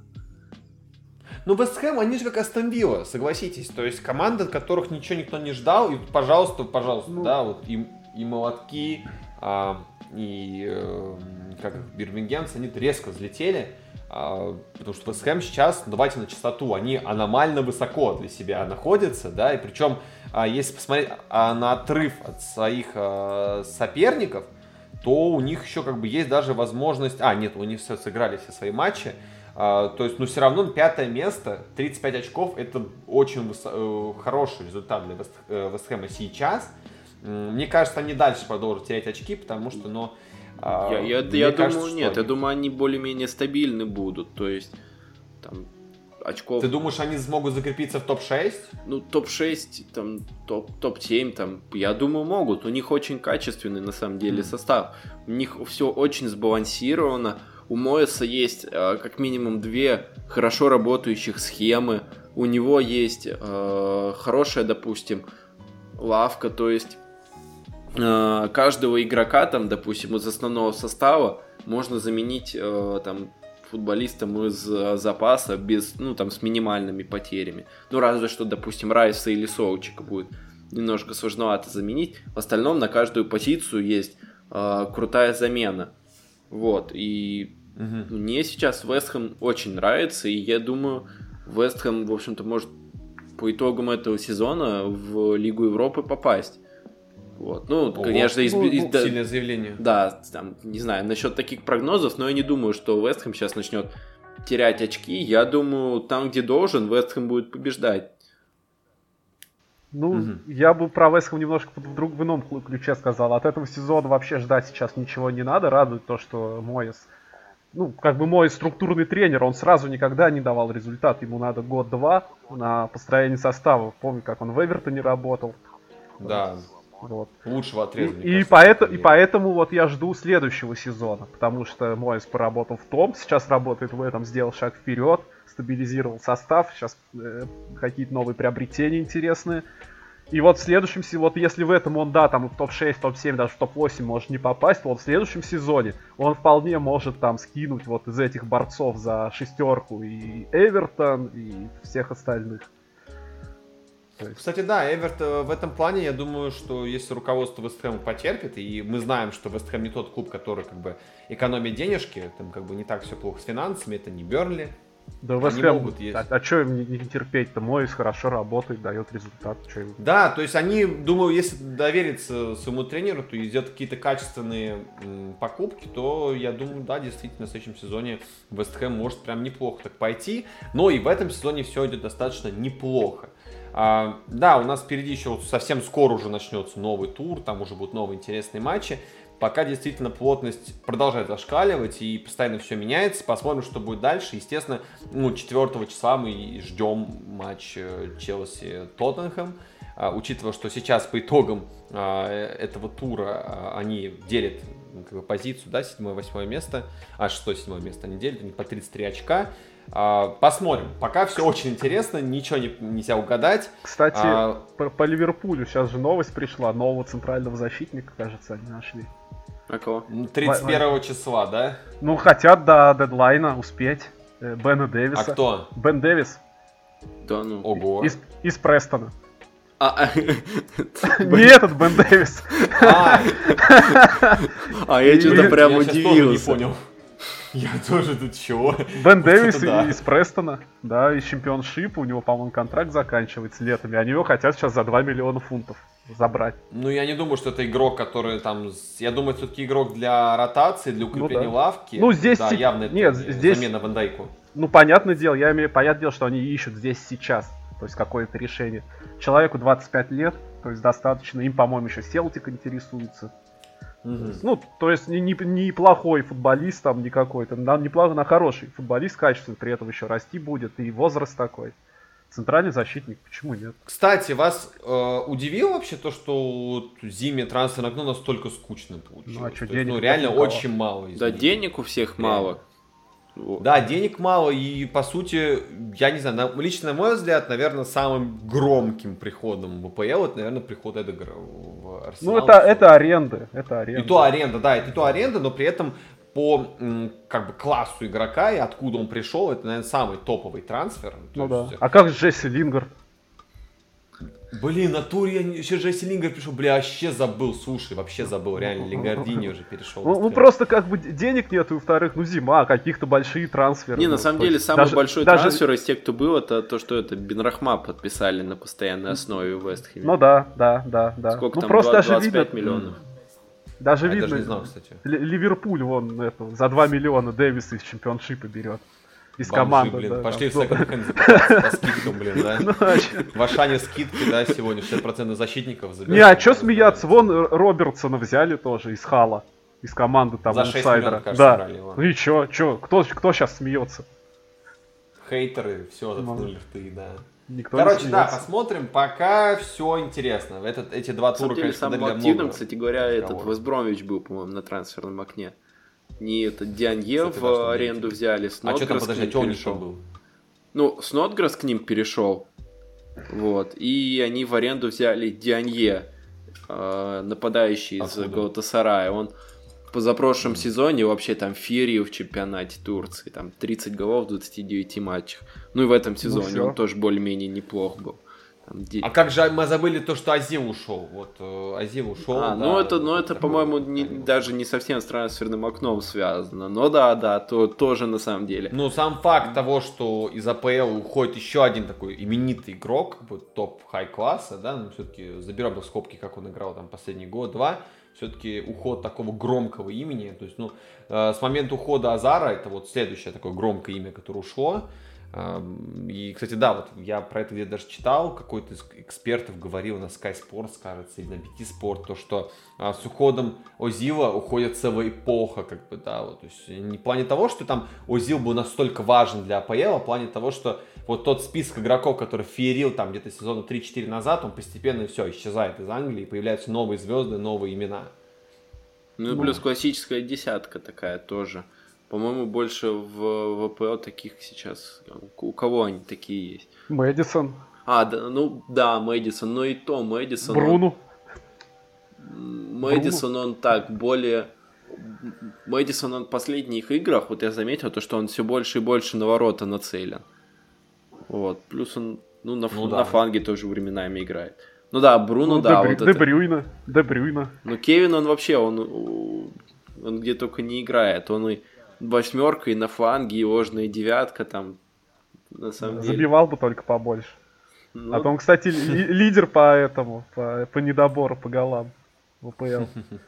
Speaker 2: Ну, Вест Хэм, они же как Астон Вилла, согласитесь. То есть команда, от которых ничего никто не ждал. И, пожалуйста, пожалуйста, ну... да, вот и, и молотки, а, и э, как их, бирмингемцы, они резко взлетели. А, потому что Вест Хэм сейчас, давайте на чистоту, они аномально высоко для себя находятся, да, и причем, а, если посмотреть а, на отрыв от своих а, соперников, то у них еще как бы есть даже возможность... А, нет, у них все сыграли все свои матчи. Uh, то есть, ну, все равно пятое место, тридцать пять очков, это очень высо- э, хороший результат для Вест, э, Вест Хэма сейчас. Mm, мне кажется, они дальше продолжат терять очки, потому что, ну... Uh,
Speaker 3: я я, я кажется, думаю, нет, они... я думаю, они более-менее стабильны будут, то есть, там, очков...
Speaker 2: Ты думаешь, они смогут закрепиться в топ шесть?
Speaker 3: Ну, топ шесть, там, топ, топ семь, там, я думаю, могут. У них очень качественный, на самом деле, mm. состав. У них все очень сбалансировано. У Моэса есть э, как минимум две хорошо работающих схемы. У него есть э, хорошая, допустим, лавка. То есть э, каждого игрока, там, допустим, из основного состава можно заменить э, там, футболистом из э, запаса без, ну, там, с минимальными потерями. Ну, разве что, допустим, Райса или Соучика будет немножко сложновато заменить. В остальном на каждую позицию есть э, крутая замена. Вот, и угу. мне сейчас Вест Хэм очень нравится, и я думаю, Вест Хэм, в общем-то, может по итогам этого сезона в Лигу Европы попасть. Вот, ну, Ого. конечно, из,
Speaker 2: ну,
Speaker 3: из,
Speaker 2: ну,
Speaker 3: да,
Speaker 2: сильное заявление.
Speaker 3: Да, там, не знаю, насчет таких прогнозов, но я не думаю, что Вест Хэм сейчас начнет терять очки. Я думаю, там, где должен, Вест Хэм будет побеждать.
Speaker 4: Ну, угу. я бы про Вест Хэм немножко вдруг в ином ключе сказал. От этого сезона вообще ждать сейчас ничего не надо. Радует то, что Моэс, ну, как бы Моэс структурный тренер, он сразу никогда не давал результат. Ему надо год-два на построение состава. Помню, как он в Эвертоне работал.
Speaker 2: Да,
Speaker 4: вот.
Speaker 2: Лучшего отреза.
Speaker 4: И, и, поэтому, и поэтому вот я жду следующего сезона. Потому что Моэс поработал в том, сейчас работает в этом, сделал шаг вперед. Стабилизировал состав, сейчас э, какие-то новые приобретения интересные. И вот в следующем сезоне, вот если в этом он, да, там в топ шесть, топ семь, даже в топ восемь может не попасть, то вот в следующем сезоне он вполне может там скинуть вот из этих борцов за шестерку и Эвертон, и всех остальных.
Speaker 2: Кстати, да, Эверт в этом плане, я думаю, что если руководство Вест Хэма потерпит, и мы знаем, что Вест Хэм не тот клуб, который как бы экономит денежки, там как бы не так все плохо с финансами, это не Бернли.
Speaker 4: Да, Вест Хэм, а, а что им не, не терпеть-то? Моэс хорошо работает, дает результат. Им...
Speaker 2: Да, то есть они, думаю, если довериться своему тренеру, то и сделать какие-то качественные м, покупки, то я думаю, да, действительно, в следующем сезоне Вест Хэм может прям неплохо так пойти, но и в этом сезоне все идет достаточно неплохо. А, да, у нас впереди еще совсем скоро уже начнется новый тур, там уже будут новые интересные матчи. Пока действительно плотность продолжает зашкаливать и постоянно все меняется. Посмотрим, что будет дальше. Естественно, ну, четвёртого числа мы ждем матч Челси-Тоттенхэм. а, учитывая, что сейчас по итогам а, этого тура а, они делят как бы, позицию, да, седьмое-восьмое место, а шестое-седьмое место они делят, они по тридцать три очка. А, посмотрим. Пока все очень интересно, ничего не, нельзя угадать.
Speaker 4: Кстати,
Speaker 2: а...
Speaker 4: по, по Ливерпулю сейчас же новость пришла, нового центрального защитника, кажется, они нашли.
Speaker 3: А кого?
Speaker 2: тридцать первого числа, да?
Speaker 4: Ну, хотят до дедлайна успеть. Бена Дэвиса.
Speaker 2: А кто?
Speaker 4: Бен Дэвис.
Speaker 3: Да ну.
Speaker 2: Ого.
Speaker 4: Из, из Престона.
Speaker 3: А,
Speaker 4: Не этот Бен Дэвис.
Speaker 3: А я что-то прям удивился.
Speaker 2: Не понял. Я тоже тут чего?
Speaker 4: Бен Дэвис из Престона, да, из чемпионшипа, у него, по-моему, контракт заканчивается летом, и они его хотят сейчас за два миллиона фунтов забрать.
Speaker 2: Ну, я не думаю, что это игрок, который там... Я думаю, все-таки игрок для ротации, для укрепления
Speaker 4: ну, да.
Speaker 2: лавки.
Speaker 4: Ну, здесь...
Speaker 2: Да, явно это
Speaker 4: Нет, здесь...
Speaker 2: замена Ван Дайку.
Speaker 4: Ну, понятное дело, я имею понятное дело, что они ищут здесь сейчас, то есть какое-то решение. Человеку двадцать пять лет, то есть достаточно, им, по-моему, еще Селтик интересуется.
Speaker 2: Угу.
Speaker 4: Ну, то есть не, не, не плохой футболист там, не какой-то, неплохо, на хороший футболист, качественный, при этом еще расти будет, и возраст такой. Центральный защитник, почему нет?
Speaker 2: Кстати, вас э, удивило вообще то, что вот зимнее трансферное окно настолько скучно получилось?
Speaker 4: Ну, а что,
Speaker 2: есть,
Speaker 4: денег
Speaker 2: ну, реально
Speaker 4: мало.
Speaker 2: очень мало.
Speaker 3: Да, денег у всех мало.
Speaker 2: Да, денег мало, и по сути, я не знаю, на, лично на мой взгляд, наверное, самым громким приходом в ВПЛ это, наверное, приход Эдегара в Арсенал.
Speaker 4: Ну, это, это аренды, это аренда.
Speaker 2: И то аренда, да, это и то аренда, но при этом по как бы классу игрока и откуда он пришел, это, наверное, самый топовый трансфер.
Speaker 4: Ну
Speaker 2: то
Speaker 4: да.
Speaker 2: есть...
Speaker 4: А как же Джесси Лингард?
Speaker 2: Блин, на туре я еще Джесси Лингард пришел, бля, вообще забыл, слушай, вообще забыл, реально, Лингардини уже перешел.
Speaker 4: Ну, ну просто как бы денег нету, и во-вторых, ну зима, каких-то большие трансферы.
Speaker 3: Не,
Speaker 4: ну,
Speaker 3: на самом деле,
Speaker 4: есть,
Speaker 3: самый
Speaker 4: даже,
Speaker 3: большой
Speaker 4: даже...
Speaker 3: трансфер из тех, кто был, это то, что это Бенрахма подписали на постоянной основе в Вестхэме.
Speaker 4: Ну да, да, да, да.
Speaker 3: Сколько
Speaker 4: ну,
Speaker 3: там,
Speaker 4: просто
Speaker 3: двадцать
Speaker 4: даже
Speaker 3: пять
Speaker 4: видно,
Speaker 3: миллионов?
Speaker 4: Даже
Speaker 2: а
Speaker 4: видно,
Speaker 2: я даже не знал, кстати.
Speaker 4: Ливерпуль вон это, за два миллиона Дэвиса из чемпионшипа берет. Из
Speaker 2: Бомжи,
Speaker 4: команды,
Speaker 2: блин,
Speaker 4: да,
Speaker 2: пошли
Speaker 4: там,
Speaker 2: в секонд-хенд закупаться по скидкам, блин, да?
Speaker 4: Ну, а чё?
Speaker 2: В Ашане скидки, да, сегодня шестьдесят процентов защитников забирают.
Speaker 4: Не, а чё смеяться? Вон Робертсона взяли тоже из Хала, из команды там
Speaker 2: За шесть
Speaker 4: инсайдера.
Speaker 2: миллионов, кажется,
Speaker 4: Да.
Speaker 2: брали его.
Speaker 4: Ну и чё, чё, кто, кто сейчас смеется?
Speaker 2: Хейтеры, все, заткнули рты, да.
Speaker 4: Никто
Speaker 2: Короче,
Speaker 4: не
Speaker 2: да,
Speaker 4: смеется.
Speaker 2: посмотрим, пока все интересно. Этот, эти два
Speaker 3: На самом
Speaker 2: тура,
Speaker 3: деле,
Speaker 2: конечно,
Speaker 3: самым
Speaker 2: дали
Speaker 3: активным,
Speaker 2: много
Speaker 3: кстати говоря, этот
Speaker 2: разговоров.
Speaker 3: Вестбромвич был, по-моему, на трансферном окне. Не этот Дианье
Speaker 2: Кстати,
Speaker 3: в
Speaker 2: да, что
Speaker 3: аренду
Speaker 2: интересно.
Speaker 3: взяли,
Speaker 2: А что
Speaker 3: Снотгресс
Speaker 2: там,
Speaker 3: к
Speaker 2: подожди,
Speaker 3: ним
Speaker 2: а что у них
Speaker 3: перешел.
Speaker 2: там был?
Speaker 3: Ну, Снотгресс к ним перешел. Вот. И они в аренду взяли Дианье, э, нападающий из
Speaker 2: Откуда?
Speaker 3: Галатасарая. Он в позапрошлом сезоне вообще там феерию в чемпионате Турции. Там тридцать голов в двадцати девяти матчах. Ну и в этом сезоне
Speaker 4: всё.
Speaker 3: он тоже более-менее неплох был. Там, де-
Speaker 2: А как же мы забыли то, что Азил ушел? Вот э, Азил ушел.
Speaker 3: А,
Speaker 2: да,
Speaker 3: ну это, ну
Speaker 2: вот
Speaker 3: это,
Speaker 2: такой
Speaker 3: по-моему,
Speaker 2: вот,
Speaker 3: не-
Speaker 2: да,
Speaker 3: даже не совсем с трансферным окном связано. Но да, да, то тоже на самом деле.
Speaker 2: Ну, сам факт того, что из АПЛ уходит еще один такой именитый игрок, как бы топ хай-класса, да, но все-таки заберем в скобки, как он играл там последний год-два, все-таки уход такого громкого имени, то есть, ну, э, с момента ухода Азара, это вот следующее такое громкое имя, которое ушло. И, кстати, да, вот я про это где-то даже читал, какой-то из экспертов говорил на Sky Sports, кажется, или на би ти Sport, то, что а, с уходом Озила уходит целая эпоха, как бы, да, вот, то есть не в плане того, что там Озил был настолько важен для АПЛ, а в плане того, что вот тот список игроков, который феерил там где-то сезона три-четыре назад, он постепенно все исчезает из Англии, появляются новые звезды, новые имена.
Speaker 3: Ну и плюс классическая десятка такая тоже. По-моему, больше в ВПЛ таких сейчас... У кого они такие есть?
Speaker 4: Мэдисон,
Speaker 3: А, да, ну да, Мэдисон, но и то Мэдисон...
Speaker 4: Бруну.
Speaker 3: Он, Мэдисон, он так, более... Мэдисон, он в последних играх, вот я заметил, то, что он все больше и больше на ворота нацелен. Вот, плюс он, ну, на,
Speaker 2: Ну
Speaker 3: на
Speaker 2: да.
Speaker 3: фланге тоже временами играет. Ну да, Бруно,
Speaker 4: Ну,
Speaker 3: да,
Speaker 4: Де,
Speaker 3: вот
Speaker 4: Брю- Де
Speaker 3: это...
Speaker 4: Брюйна, Де Брюйна.
Speaker 3: Но Кевин, он вообще, он, он где только не играет. Он и восьмерка, и на фланге, и ложная девятка там, на самом деле.
Speaker 4: Забивал бы только побольше.
Speaker 3: Ну,
Speaker 4: А то он, кстати, ли- лидер по этому, по, по недобору, по голам в АПЛ.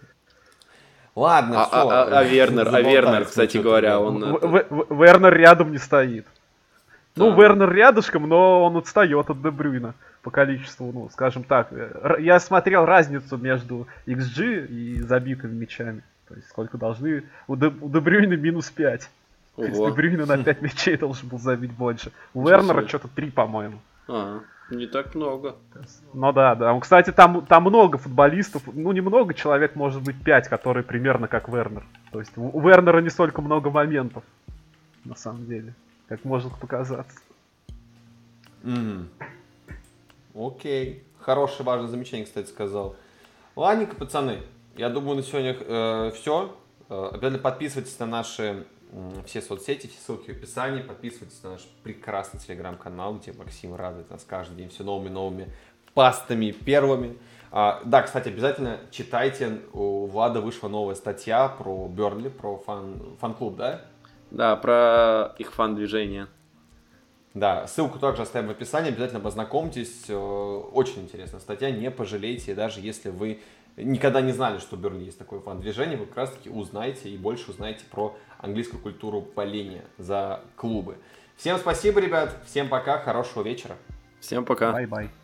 Speaker 2: Ладно,
Speaker 3: а,
Speaker 2: все.
Speaker 3: а- а- а Вернер, а Вернер, кстати говоря, он...
Speaker 4: В-
Speaker 3: это-
Speaker 4: В- В- Вернер рядом не стоит. Ну,
Speaker 3: Да.
Speaker 4: Вернер рядышком, но он отстает от Де Брюйна по количеству, ну, скажем так. Р- Я смотрел разницу между икс джи и забитыми мячами. То есть сколько должны... У Де, у Де Брюйна минус пять. То есть
Speaker 3: Ого.
Speaker 4: Де Брюйна на пять мячей должен был забить больше. У
Speaker 3: Ничего
Speaker 4: Вернера
Speaker 3: себе.
Speaker 4: что-то три, по-моему.
Speaker 3: А, Не так много.
Speaker 4: Ну да, да. Кстати, там, там много футболистов, ну немного, человек может быть пять, которые примерно как Вернер. То есть у Вернера не столько много моментов, на самом деле, как может показаться.
Speaker 2: Mm. Окей. Хорошее, важное замечание, кстати, сказал. Ладненько, пацаны. Я думаю, на сегодня э, все. Э, обязательно подписывайтесь на наши э, все соцсети, все ссылки в описании. Подписывайтесь на наш прекрасный телеграм-канал, где Максим радует нас каждый день все новыми-новыми пастами первыми. А, да, кстати, обязательно читайте. У Влада вышла новая статья про Бернли, про фан, фан-клуб, да?
Speaker 3: Да, про их фан-движение.
Speaker 2: Да, ссылку также оставим в описании, обязательно познакомьтесь. Очень интересная статья, не пожалейте, даже если вы никогда не знали, что в Бернли есть такое фан-движение, вы как раз таки узнаете и больше узнаете про английскую культуру боления за клубы. Всем спасибо, ребят, всем пока, хорошего вечера.
Speaker 3: Всем пока.
Speaker 4: Бай-бай.